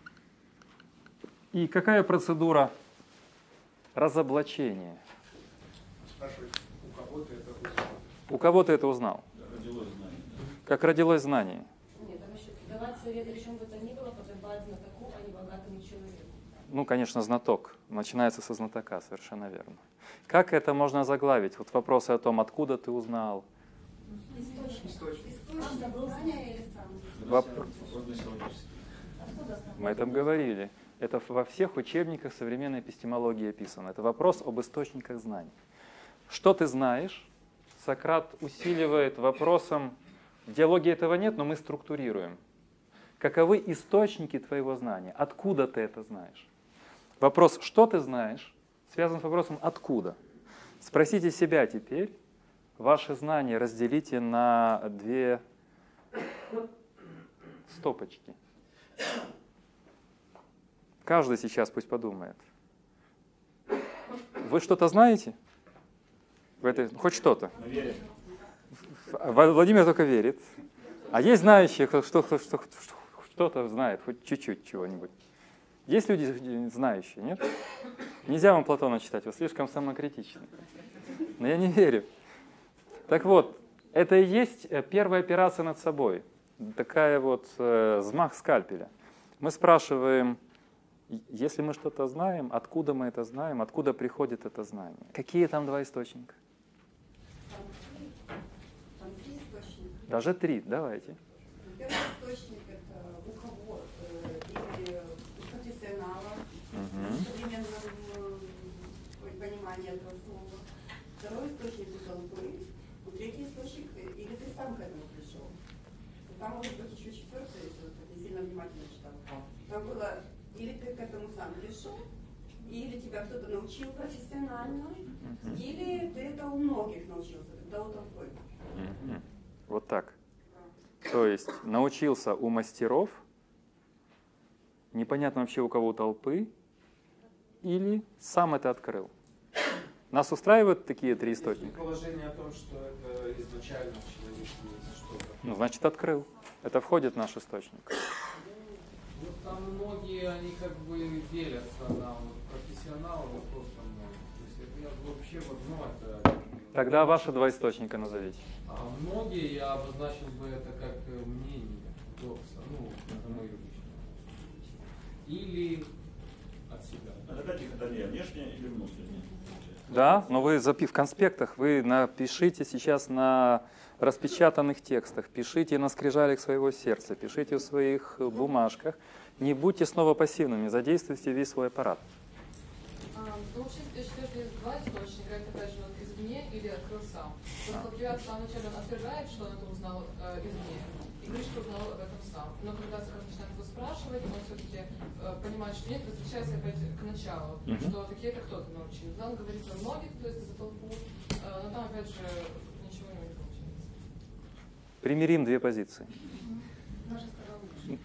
И какая процедура разоблачения? Спрашивает, у кого ты это узнал? У кого ты это узнал? Родилось знание. Как родилось знание? Нет, там еще давать совет о чем бы то ни было подобает знатоку, а не богатому человеку. Ну, конечно, знаток. Начинается со знатока, совершенно верно. Как это можно заглавить? Вот вопросы о том, откуда ты узнал. Источник. Знание или сам? Мы об этом говорили. Это во всех учебниках современной эпистемологии описано. Это вопрос об источниках знаний. Что ты знаешь? Сократ усиливает вопросом, в диалоге этого нет, но мы структурируем. Каковы источники твоего знания? Откуда ты это знаешь? Вопрос, что ты знаешь, связан с вопросом «откуда?». Спросите себя теперь, ваши знания разделите на две стопочки. Каждый сейчас пусть подумает. Вы что-то знаете? Хоть что-то? Владимир только верит. А есть знающие, кто что-то знает, хоть чуть-чуть чего-нибудь. Есть люди знающие, нет? Нельзя вам Платона читать, вы слишком самокритичны. Но я не верю. Так вот, это и есть первая операция над собой. Такая вот взмах скальпеля. Мы спрашиваем, если мы что-то знаем, откуда мы это знаем, откуда приходит это знание? Какие там два источника? Там 3 источника. Даже 3, давайте. Первый источник — это у кого или у профессионала, в современном понимании этого слова. Второй источник у толпы. Третий источник, или ты сам к этому пришел. Там может быть еще четвертый, если ты не сильно внимательно читал. Там было, или ты к этому сам пришел, или тебя кто-то научил профессионально, или ты это у многих научился, когда у толпы. Вот так. То есть научился у мастеров, непонятно вообще у кого, у толпы, или сам это открыл. Нас устраивают такие 3 источника? Предположение о том, что это изначально в человеке есть что-то. Ну, значит, открыл. Это входит в наш источник. Ну, там многие, они как бы делятся на вот профессионалов и просто многие. То есть это я вообще вот, ну, это... Тогда ваши 2 источника назовите. А многие я обозначил бы это как мнение Докса, ну, это мое личное. Или от себя. А какая дихотомия, внешняя или внутренняя? Да, но вы в конспектах, вы напишите сейчас на распечатанных текстах, пишите на скрижалях своего сердца, пишите в своих бумажках. Не будьте снова пассивными, задействуйте весь свой аппарат. Ну, я считаю, что есть 2 источника. Это, опять же, он извне или открыл сам. Просто Приват в самом начале он отвергает, что он это узнал извне, и говорит, что узнал об этом сам. Но когда Сократ начинает его спрашивать, он все-таки понимает, что нет, возвращается опять к началу, что такие-то кто-то научил. Да, он говорит о многих, то есть за толпу, но там, опять же, ничего у него не получается. Примирим 2 позиции. Наша сторона лучше.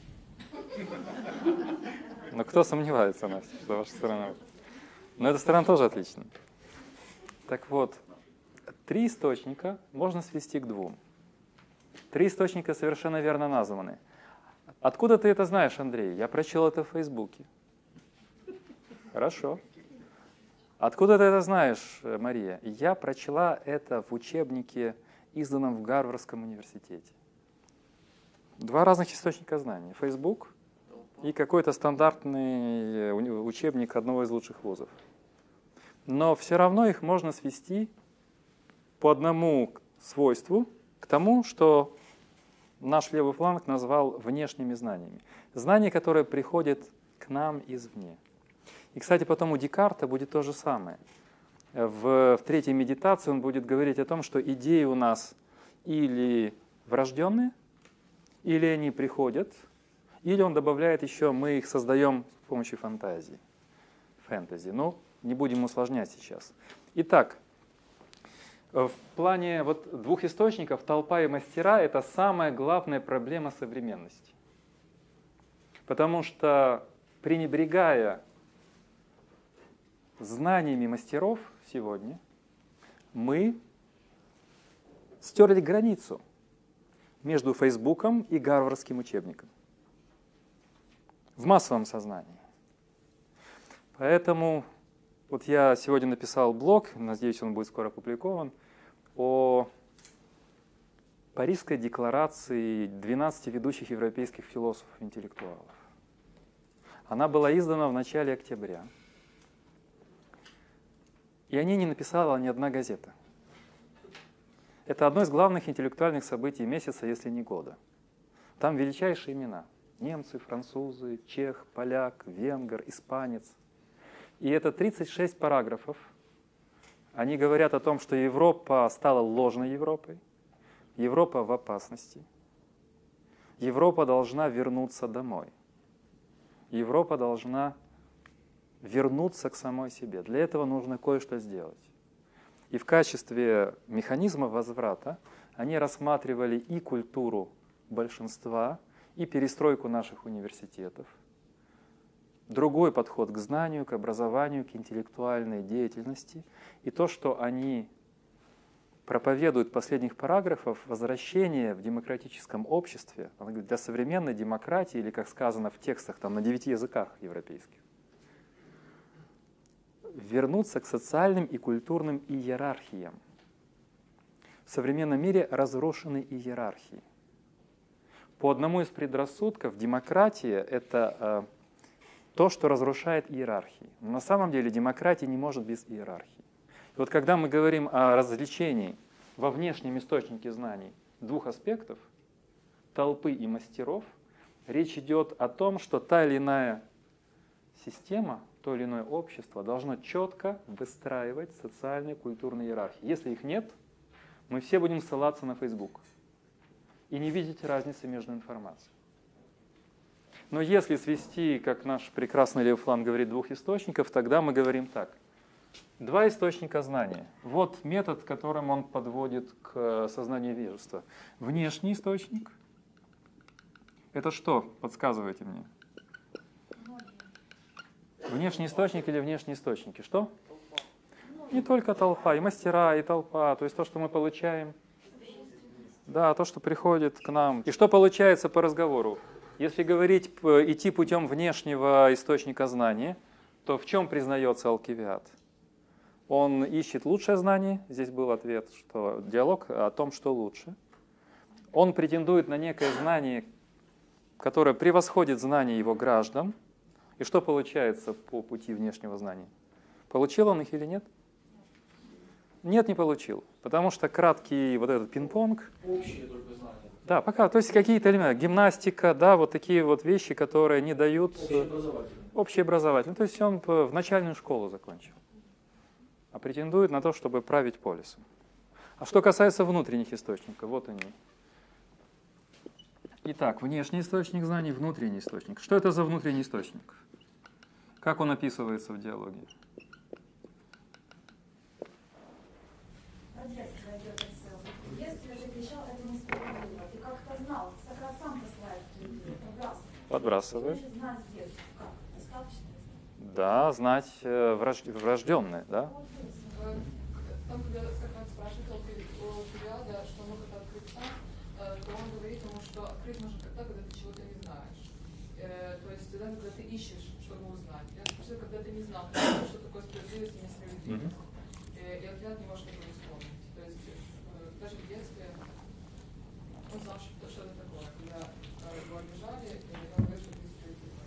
Но кто сомневается, Настя, что ваша сторона? Но эта сторона тоже отлична. Так вот, 3 источника можно свести к 2. 3 источника совершенно верно названы. Откуда ты это знаешь, Андрей? Я прочел это в Фейсбуке. Хорошо. Откуда ты это знаешь, Мария? Я прочла это в учебнике, изданном в Гарвардском университете. 2 разных источника знаний. Facebook и какой-то стандартный учебник одного из лучших вузов. Но все равно их можно свести по одному свойству к тому, что наш левый фланг назвал внешними знаниями. Знания, которые приходят к нам извне. И, кстати, потом у Декарта будет то же самое. В 3-й медитации он будет говорить о том, что идеи у нас или врожденные, или они приходят, или он добавляет еще, мы их создаем с помощью фантазии. Фэнтези. Ну, не будем усложнять сейчас. Итак, в плане вот 2 источников, толпа и мастера, это самая главная проблема современности. Потому что, пренебрегая знаниями мастеров сегодня, мы стерли границу между Фейсбуком и гарвардским учебником в массовом сознании. Поэтому вот я сегодня написал блог, надеюсь, он будет скоро опубликован, о Парижской декларации 12 ведущих европейских философов-интеллектуалов. Она была издана в начале октября. И о ней не написала ни одна газета. Это одно из главных интеллектуальных событий месяца, если не года. Там величайшие имена. Немцы, французы, чех, поляк, венгр, испанец. И это 36 параграфов. Они говорят о том, что Европа стала ложной Европой. Европа в опасности. Европа должна вернуться домой. Европа должна вернуться к самой себе. Для этого нужно кое-что сделать. И в качестве механизма возврата они рассматривали и культуру большинства, и перестройку наших университетов, другой подход к знанию, к образованию, к интеллектуальной деятельности, и то, что они проповедуют в последних параграфах, возвращение в демократическом обществе, она говорит, для современной демократии, или, как сказано в текстах там, на 9 языках европейских, вернуться к социальным и культурным иерархиям. В современном мире разрушены иерархии. По одному из предрассудков демократия — это то, что разрушает иерархии. Но на самом деле демократия не может без иерархии. И вот когда мы говорим о развлечении во внешнем источнике знаний двух аспектов — толпы и мастеров, речь идет о том, что та или иная система, то или иное общество должно четко выстраивать социальные и культурные иерархии. Если их нет, мы все будем ссылаться на Facebook и не видеть разницы между информацией. Но если свести, как наш прекрасный Лев Флан говорит, двух источников, тогда мы говорим так. Два источника знания. Вот метод, которым он подводит к сознанию невежества. Внешний источник. Это что? Подсказывайте мне. Внешний источник или внешние источники? Что? Не только толпа, и мастера, и толпа. То есть то, что мы получаем. Да, то, что приходит к нам. И что получается по разговору? Если говорить, идти путем внешнего источника знания, то в чем признается Алкивиад? Он ищет лучшее знание. Здесь был ответ, что диалог о том, что лучше. Он претендует на некое знание, которое превосходит знание его граждан. И что получается по пути внешнего знания? Получил он их или нет? Нет, не получил. Потому что краткий вот этот пинг-понг. Общее только знание. Да, пока. То есть какие-то элементы. Гимнастика, да, вот такие вот вещи, которые не дают... Общеобразовательный. То есть он в начальную школу закончил. А претендует на то, чтобы править полисом. А что касается внутренних источников, вот они. Итак, внешний источник знаний, внутренний источник. Что это за внутренний источник? Как он описывается в диалоге? Если же кричал, это несправедливо. Ты как-то знал, Сократ сам посылает Подбрасывает. Значит, знать с детства. Как? Достаточно? Да, знать врожденное, да? Там, когда Сократ спрашивает у Алкивиада, что он может открыть сам, то он говорит ему, что открыть можно тогда, когда ты чего-то не знаешь. То есть тогда, когда ты ищешь, чтобы узнать. Когда ты не знал, что такое справедливость и несправедливость. И Алкивиад не может этого вспомнить. То есть даже в детстве он знал, что это такое, когда его обижали, и он говорит, что это несправедливо.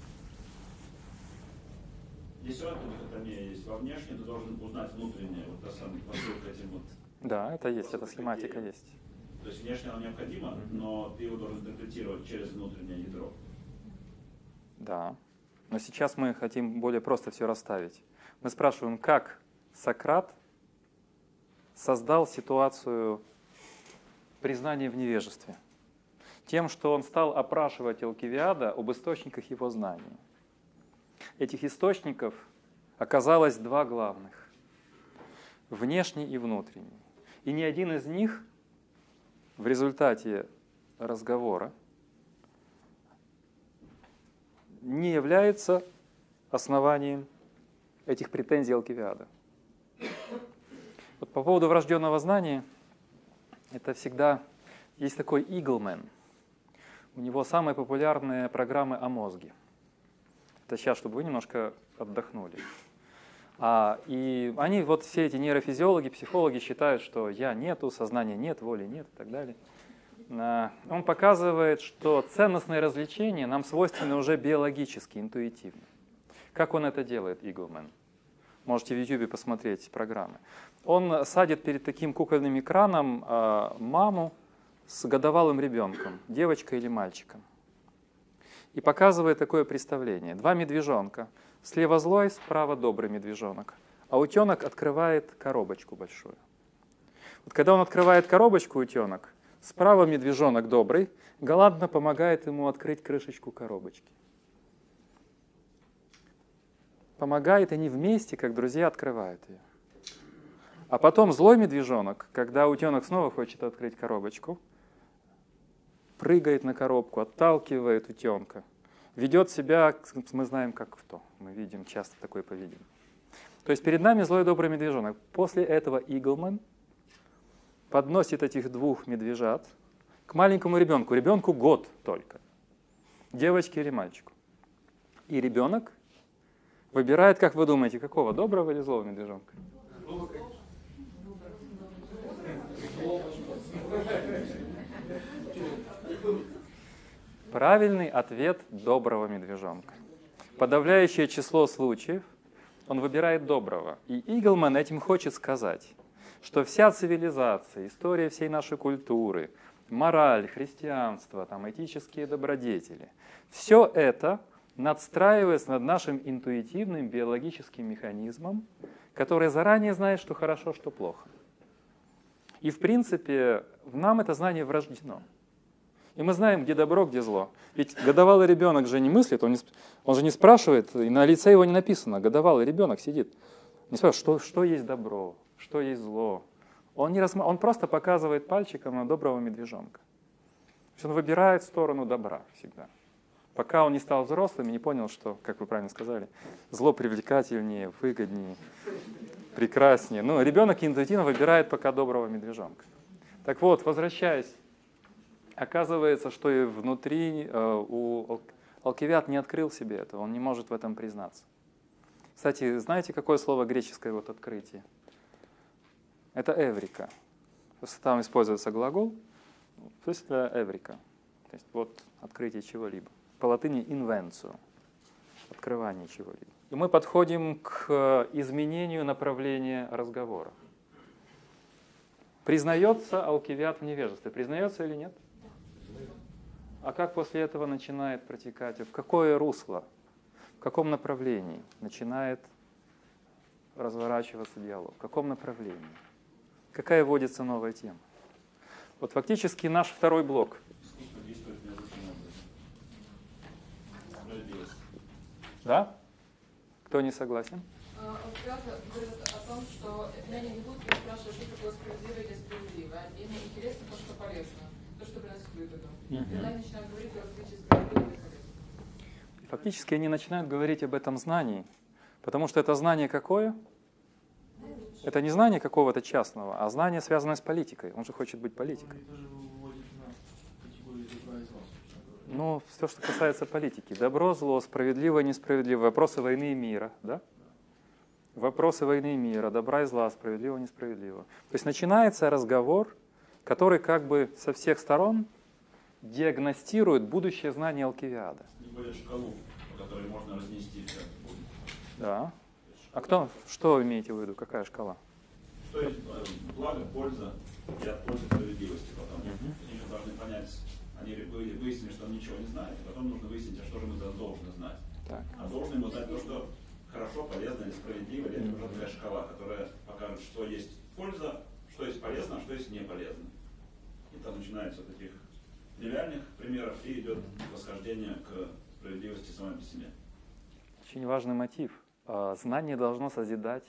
Здесь все равно дихотомия есть. Во внешнем ты должен узнать внутреннее, вот та самая посылка этим вот. Да, это есть, эта схематика есть. То есть внешне оно необходимо, но ты его должен интерпретировать через внутреннее ядро. Да. Но сейчас мы хотим более просто все расставить. Мы спрашиваем, как Сократ создал ситуацию признания в невежестве? Тем, что он стал опрашивать Алкивиада об источниках его знаний. Этих источников оказалось два главных – внешний и внутренний. И ни один из них в результате разговора не является основанием этих претензий Алкивиада. Вот по поводу врожденного знания, это всегда есть такой Иглмен. У него самые популярные программы о мозге. Это сейчас, чтобы вы немножко отдохнули. И они, вот все эти нейрофизиологи, психологи считают, что я нету, сознания нет, воли нет и так далее. Он показывает, что ценностные развлечения нам свойственны уже биологически, интуитивно. Как он это делает, Иглман? Можете в YouTube посмотреть программы. Он садит перед таким кукольным экраном маму с годовалым ребенком, девочкой или мальчиком. И показывает такое представление. Два медвежонка. Слева злой, справа добрый медвежонок. А утенок открывает коробочку большую. Вот когда он открывает коробочку, утенок, справа медвежонок добрый, галантно помогает ему открыть крышечку коробочки. Помогает, они вместе, как друзья, открывают ее. А потом злой медвежонок, когда утенок снова хочет открыть коробочку, прыгает на коробку, отталкивает утенка, ведет себя, мы знаем, как кто. Мы видим часто такое поведение. То есть перед нами злой добрый медвежонок. После этого Иглман подносит этих двух медвежат к маленькому ребенку. Ребенку год только. Девочке или мальчику. И ребенок выбирает, как вы думаете, какого, доброго или злого медвежонка? Правильный ответ доброго медвежонка. Подавляющее число случаев он выбирает доброго. И Иглман этим хочет сказать, что вся цивилизация, история всей нашей культуры, мораль, христианство, там, этические добродетели, все это надстраивается над нашим интуитивным биологическим механизмом, который заранее знает, что хорошо, что плохо. И в принципе в нам это знание врождено. И мы знаем, где добро, где зло. Ведь годовалый ребенок же не мыслит, он же не спрашивает, и на лице его не написано. Годовалый ребенок сидит, не спрашивает, что есть добро, что есть зло. Он просто показывает пальчиком на доброго медвежонка. То есть он выбирает сторону добра всегда. Пока он не стал взрослым и не понял, что, как вы правильно сказали, зло привлекательнее, выгоднее, прекраснее. Но ребенок интуитивно выбирает пока доброго медвежонка. Так вот, возвращаясь, оказывается, что и внутри у Алкивиад не открыл себе этого, он не может в этом признаться. Кстати, знаете, какое слово греческое вот открытие? Это эврика. Просто там используется глагол, то есть это эврика. То есть вот открытие чего-либо. По латыни инвенцию, открывание чего-либо. И мы подходим к изменению направления разговора. Признается Алкивиад в невежестве? Признается или нет? А как после этого начинает протекать? В какое русло, в каком направлении начинает разворачиваться диалог? В каком направлении? Какая вводится новая тема? Вот фактически наш второй блок. Да? Кто не согласен? Алкивиад говорит о том, что меня не будут спрашивать, что такое справедливое или несправедливое. Им интересно то, что полезно, то, что приносит выгоду. И тогда они начинают говорить о различии справедливого и полезного. Фактически они начинают говорить об этом знании, потому что это знание какое? Это не знание какого-то частного, а знание, связанное с политикой. Он же хочет быть политикой. Ну, все, что касается политики. Добро, зло, справедливо, несправедливо. Вопросы войны и мира. Да? Вопросы войны и мира, добра и зла, справедливо, несправедливо. То есть начинается разговор, который как бы со всех сторон диагностирует будущее знание Алкивиада. Более шкалу, по которой можно разнести все. Да. А что вы имеете в виду? Какая шкала? Что есть благо, польза и от пользы справедливости. Потом они же должны понять, они выяснили, что он ничего не знает, и потом нужно выяснить, а что же мы должны знать. Так. А должны мы знать то, что хорошо, полезно или справедливо, или это уже такая шкала, которая покажет, что есть польза, что есть полезно, а что есть не полезно. И там начинается от таких реальных примеров и идет восхождение к справедливости самой по себе. Очень важный мотив. Знание должно созидать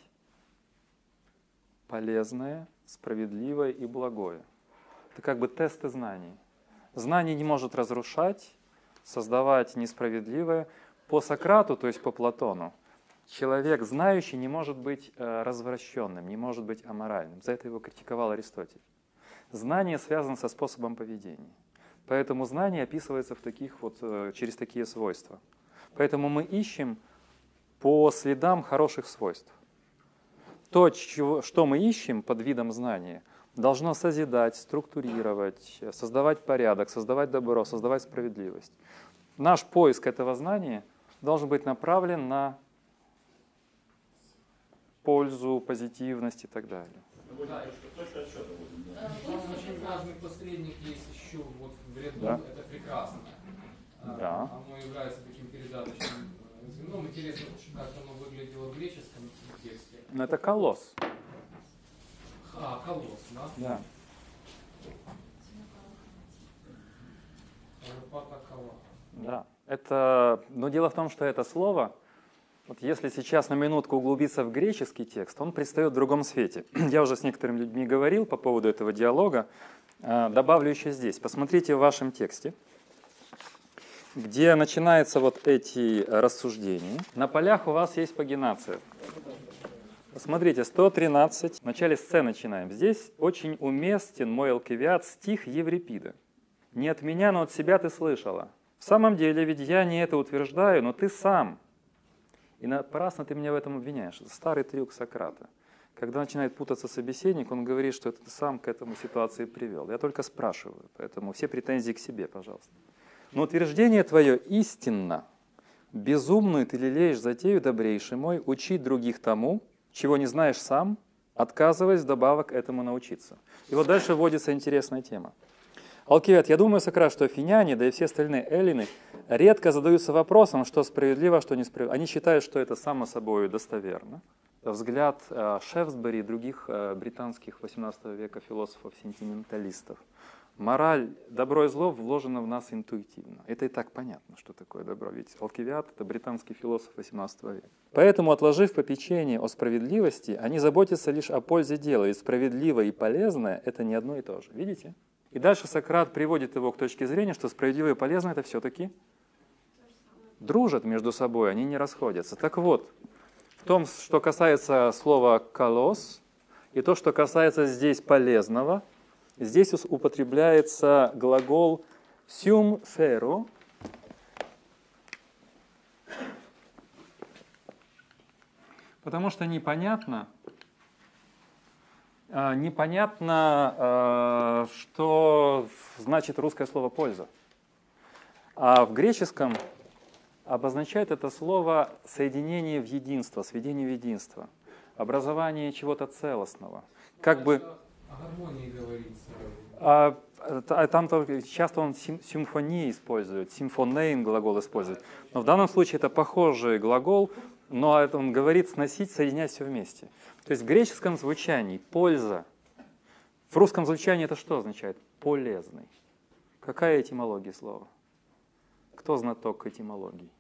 полезное, справедливое и благое. Это как бы тесты знаний. Знание не может разрушать, создавать несправедливое. По Сократу, то есть по Платону, человек знающий не может быть развращенным, не может быть аморальным. За это его критиковал Аристотель. Знание связано со способом поведения. Поэтому знание описывается через такие свойства. Поэтому мы ищем по следам хороших свойств. То, что мы ищем под видом знания, должно созидать, структурировать, создавать порядок, создавать добро, создавать справедливость. Наш поиск этого знания должен быть направлен на пользу, позитивность и так далее. Да, очень важный посредник есть еще вот в ряду, Да. это прекрасно. Да. Оно является таким передаточным звеном. Интересно, как оно выглядело в греческом тексте. Но это колосс. Колосс, да? Да. Да. Но дело в том, что это слово, вот если сейчас на минутку углубиться в греческий текст, он предстает в другом свете. Я уже с некоторыми людьми говорил по поводу этого диалога. Добавлю еще здесь. Посмотрите в вашем тексте, где начинаются вот эти рассуждения. На полях у вас есть пагинация. Посмотрите, 113, в начале сцены начинаем. Здесь очень уместен мой Алкивиад стих Еврипида. «Не от меня, но от себя ты слышала». В самом деле, ведь я не это утверждаю, но ты сам. И напрасно ты меня в этом обвиняешь. Это старый трюк Сократа. Когда начинает путаться собеседник, он говорит, что это ты сам к этому ситуации привел. Я только спрашиваю, поэтому все претензии к себе, пожалуйста. Но утверждение твое истинно. Безумную ты лелеешь затею, добрейший мой, учить других тому, чего не знаешь сам, отказываясь вдобавок этому научиться. И вот дальше вводится интересная тема. Алкивиад, я думаю, Сократ, что афиняне, да и все остальные эллины, редко задаются вопросом, что справедливо, что несправедливо. Они считают, что это само собой достоверно. Взгляд Шефсбери и других британских 18 века философов-сентименталистов. Мораль, добро и зло вложено в нас интуитивно. Это и так понятно, что такое добро. Ведь Алкивиад — это британский философ 18 века. Поэтому, отложив попечение о справедливости, они заботятся лишь о пользе дела. Ведь справедливое и полезное — это не одно и то же. Видите? И дальше Сократ приводит его к точке зрения, что справедливое и полезное — это все-таки дружат между собой, они не расходятся. Так вот, в том, что касается слова «колосс», и то, что касается здесь полезного, здесь употребляется глагол «сюм феру», потому что непонятно, что значит русское слово «польза». А в греческом обозначает это слово соединение в единство, сведение в единство, образование чего-то целостного. Как бы... О гармонии говорится. Там часто он симфонии использует, симфонейн глагол использует. Но в данном случае это похожий глагол, но он говорит сносить, соединять все вместе. То есть в греческом звучании польза, в русском звучании это что означает? Полезный. Какая этимология слова? Кто знаток этимологии?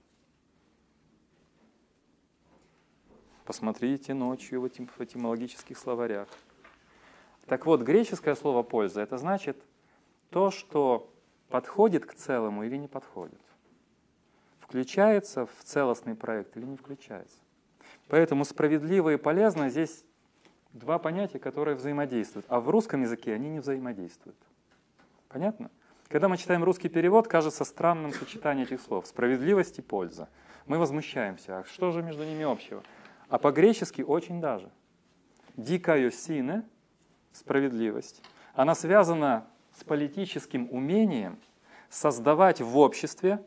Посмотрите ночью в этимологических словарях. Так вот, греческое слово «польза» — это значит то, что подходит к целому или не подходит. Включается в целостный проект или не включается. Поэтому справедливо и полезно здесь два понятия, которые взаимодействуют. А в русском языке они не взаимодействуют. Понятно? Когда мы читаем русский перевод, кажется странным сочетание этих слов. Справедливость и польза. Мы возмущаемся. А что же между ними общего? А по-гречески очень даже. Дикайосине, справедливость, она связана с политическим умением создавать в обществе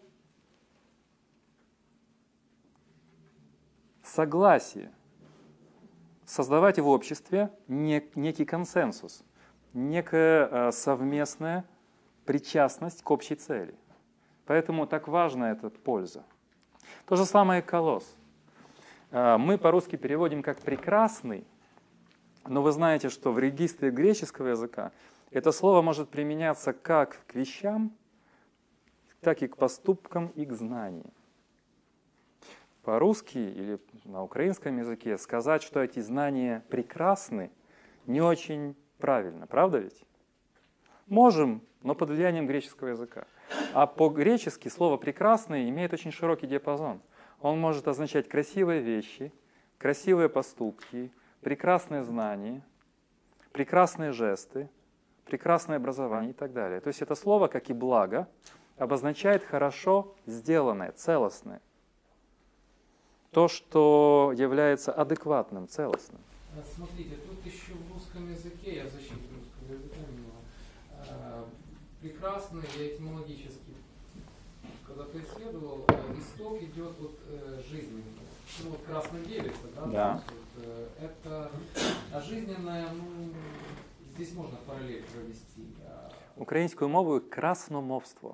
согласие, создавать в обществе некий консенсус, некая совместная причастность к общей цели. Поэтому так важна эта польза. То же самое и колосс. Мы по-русски переводим как «прекрасный», но вы знаете, что в регистре греческого языка это слово может применяться как к вещам, так и к поступкам и к знаниям. По-русски или на украинском языке сказать, что эти знания прекрасны, не очень правильно, правда ведь? Можем, но под влиянием греческого языка. А по-гречески слово «прекрасный» имеет очень широкий диапазон. Он может означать красивые вещи, красивые поступки, прекрасные знания, прекрасные жесты, прекрасное образование и так далее. То есть это слово, как и благо, обозначает хорошо сделанное, целостное. То, что является адекватным, целостным. Смотрите, тут еще в русском языке, я в защиту прекрасный и этимологически, когда ты исследовал, исток идет от жизненного. Ну вот краснодевица, да? Да. То есть, это жизненное, ну, здесь можно параллель провести. Українською мовою красномовство.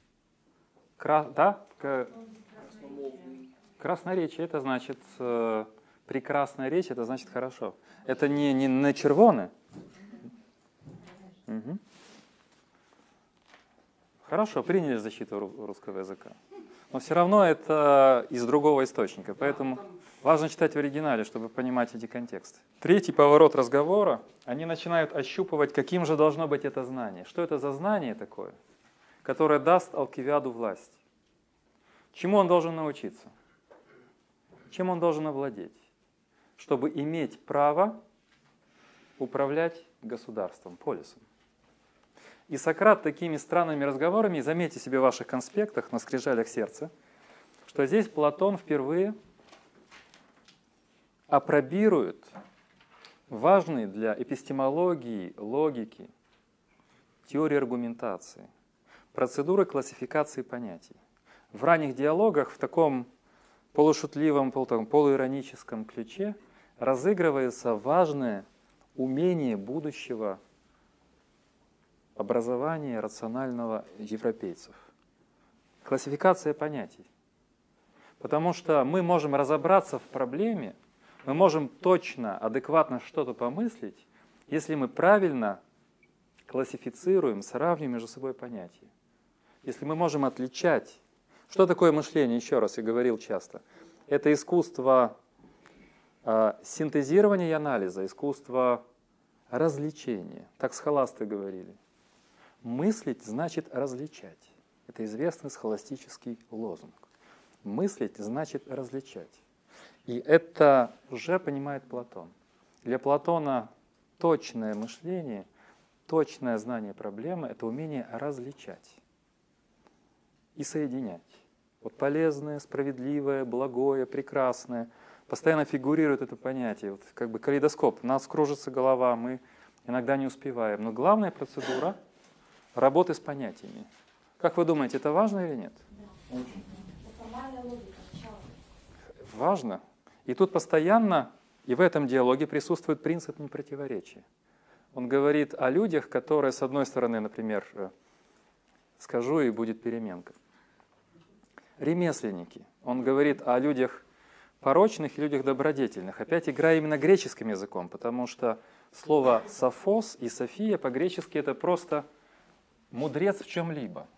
Да? Красноречие, это значит, прекрасная речь, это значит хорошо. Это не на червоне. Угу. Хорошо, приняли защиту русского языка. Но все равно это из другого источника, поэтому важно читать в оригинале, чтобы понимать эти контексты. Третий поворот разговора, они начинают ощупывать, каким же должно быть это знание. Что это за знание такое, которое даст Алкивиаду власть? Чему он должен научиться? Чем он должен овладеть, чтобы иметь право управлять государством, полисом? И Сократ такими странными разговорами, заметьте себе в ваших конспектах, на скрижалях сердца, что здесь Платон впервые апробирует важные для эпистемологии, логики, теории аргументации, процедуры классификации понятий. В ранних диалогах в таком полушутливом, полуироническом ключе разыгрывается важное умение будущего образования рационального европейцев. Классификация понятий. Потому что мы можем разобраться в проблеме, мы можем точно, адекватно что-то помыслить, если мы правильно классифицируем, сравниваем между собой понятия. Если мы можем отличать, что такое мышление, еще раз я говорил часто, это искусство синтезирования и анализа, искусство развлечения. Так схоласты говорили. Мыслить значит различать. Это известный схоластический лозунг. Мыслить значит различать. И это уже понимает Платон. Для Платона точное мышление, точное знание проблемы — это умение различать и соединять. Вот полезное, справедливое, благое, прекрасное. Постоянно фигурирует это понятие. Вот как бы калейдоскоп. У нас кружится голова, мы иногда не успеваем. Но главная процедура — работы с понятиями. Как вы думаете, это важно или нет? Да. Формальная логика, начало. Важно. И тут постоянно, и в этом диалоге присутствует принцип непротиворечия. Он говорит о людях, которые, с одной стороны, например, скажу, и будет переменка. Ремесленники. Он говорит о людях порочных и людях добродетельных. Опять играя именно греческим языком, потому что слово «софос» и «софия» по-гречески это просто мудрец в чем-либо.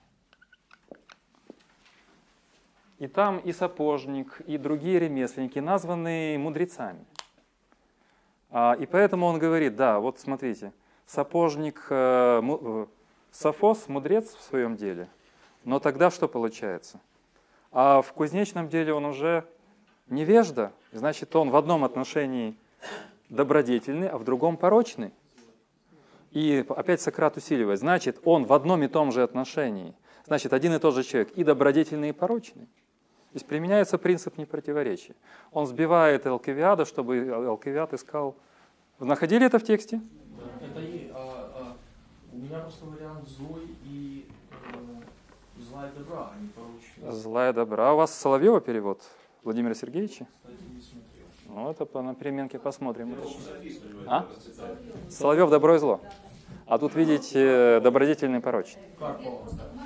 И там и сапожник, и другие ремесленники названы мудрецами. И поэтому он говорит, да, вот смотрите, сапожник, софос, мудрец в своем деле, но тогда что получается? А в кузнечном деле он уже невежда, значит, он в одном отношении добродетельный, а в другом порочный. И опять Сократ усиливает, значит, он в одном и том же отношении, значит, один и тот же человек и добродетельный, и порочный. То есть применяется принцип непротиворечия. Он сбивает Алкивиада, чтобы Алкивиад искал... Вы находили это в тексте? Да, это и... у меня просто вариант злой и злая добра, а не порочная. Злая добра. А у вас Соловьева перевод Владимира Сергеевича? Кстати, не смотрел. Ну, это на переменке посмотрим. А? Соловьев добро и зло. А тут видите добродетельный и порочный. Карпова.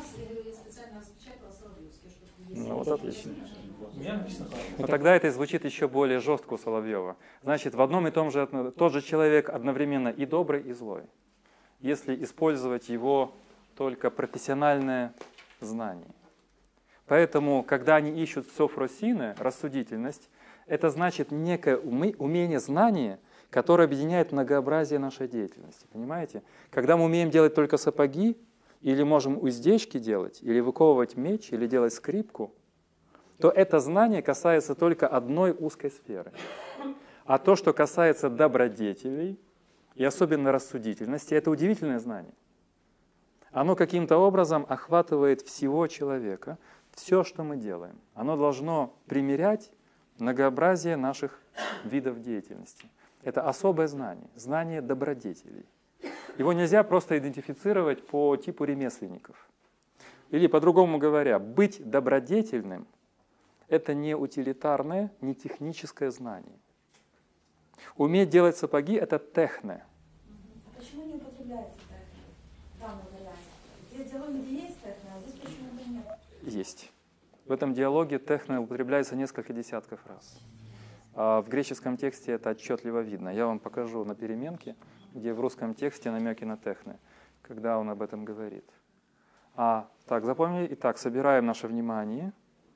Ну вот отлично. У меня написано так. Но тогда это звучит еще более жестко у Соловьева. Значит, в одном и том же тот же человек одновременно и добрый, и злой. Если использовать его только профессиональное знание. Поэтому, когда они ищут софросины, рассудительность, это значит некое умение, знание, которое объединяет многообразие нашей деятельности. Понимаете? Когда мы умеем делать только сапоги, или можем уздечки делать, или выковывать меч, или делать скрипку, то это знание касается только одной узкой сферы. А то, что касается добродетелей, и особенно рассудительности, это удивительное знание. Оно каким-то образом охватывает всего человека, все, что мы делаем. Оно должно примерять многообразие наших видов деятельности. Это особое знание, знание добродетелей. Его нельзя просто идентифицировать по типу ремесленников. Или, по-другому говоря, быть добродетельным — это не утилитарное, не техническое знание. Уметь делать сапоги — это техне. А почему не употребляется техне в данном варианте? Здесь диалоги есть техне, а здесь почему-то нет? Есть. В этом диалоге техне употребляется несколько десятков раз. А в греческом тексте это отчетливо видно. Я вам покажу на переменке, где в русском тексте намеки на техне, когда он об этом говорит. Так, запомнили? Итак, собираем наше внимание.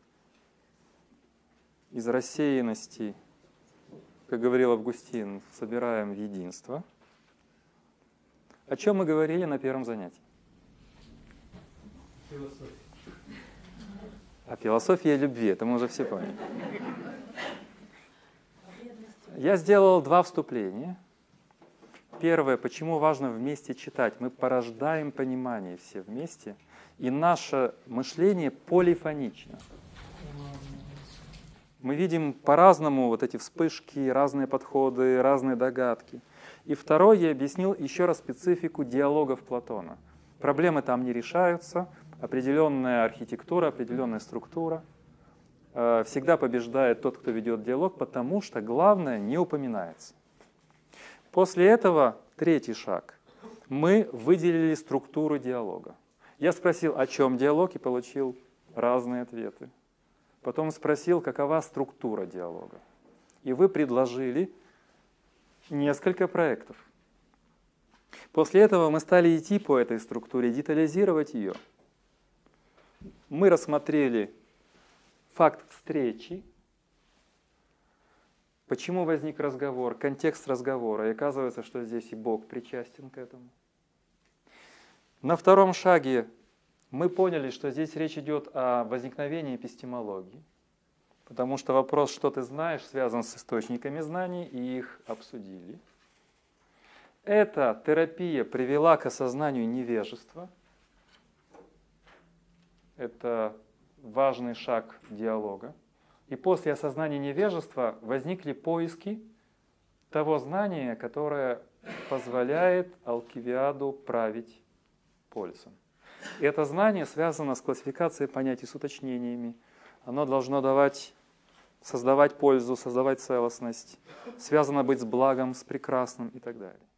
Из рассеянности, как говорил Августин, собираем в единство. О чем мы говорили на первом занятии? Философия. О философии и любви, это мы уже все поняли. Я сделал 2 вступления. Первое, почему важно вместе читать. Мы порождаем понимание все вместе, и наше мышление полифонично. Мы видим по-разному вот эти вспышки, разные подходы, разные догадки. И второе, я объяснил еще раз специфику диалогов Платона. Проблемы там не решаются, определенная архитектура, определенная структура. Всегда побеждает тот, кто ведет диалог, потому что главное не упоминается. После этого 3-й шаг. Мы выделили структуру диалога. Я спросил, о чем диалог, и получил разные ответы. Потом спросил, какова структура диалога. И вы предложили несколько проектов. После этого мы стали идти по этой структуре, детализировать ее. Мы рассмотрели факт встречи, почему возник разговор, контекст разговора, и оказывается, что здесь и Бог причастен к этому. На 2-м шаге мы поняли, что здесь речь идет о возникновении эпистемологии, потому что вопрос, что ты знаешь, связан с источниками знаний, и их обсудили. Эта терапия привела к осознанию невежества. Это важный шаг диалога. И после осознания невежества возникли поиски того знания, которое позволяет Алкивиаду править полисом. И это знание связано с классификацией понятий, с уточнениями. Оно должно создавать пользу, создавать целостность, связано быть с благом, с прекрасным и так далее.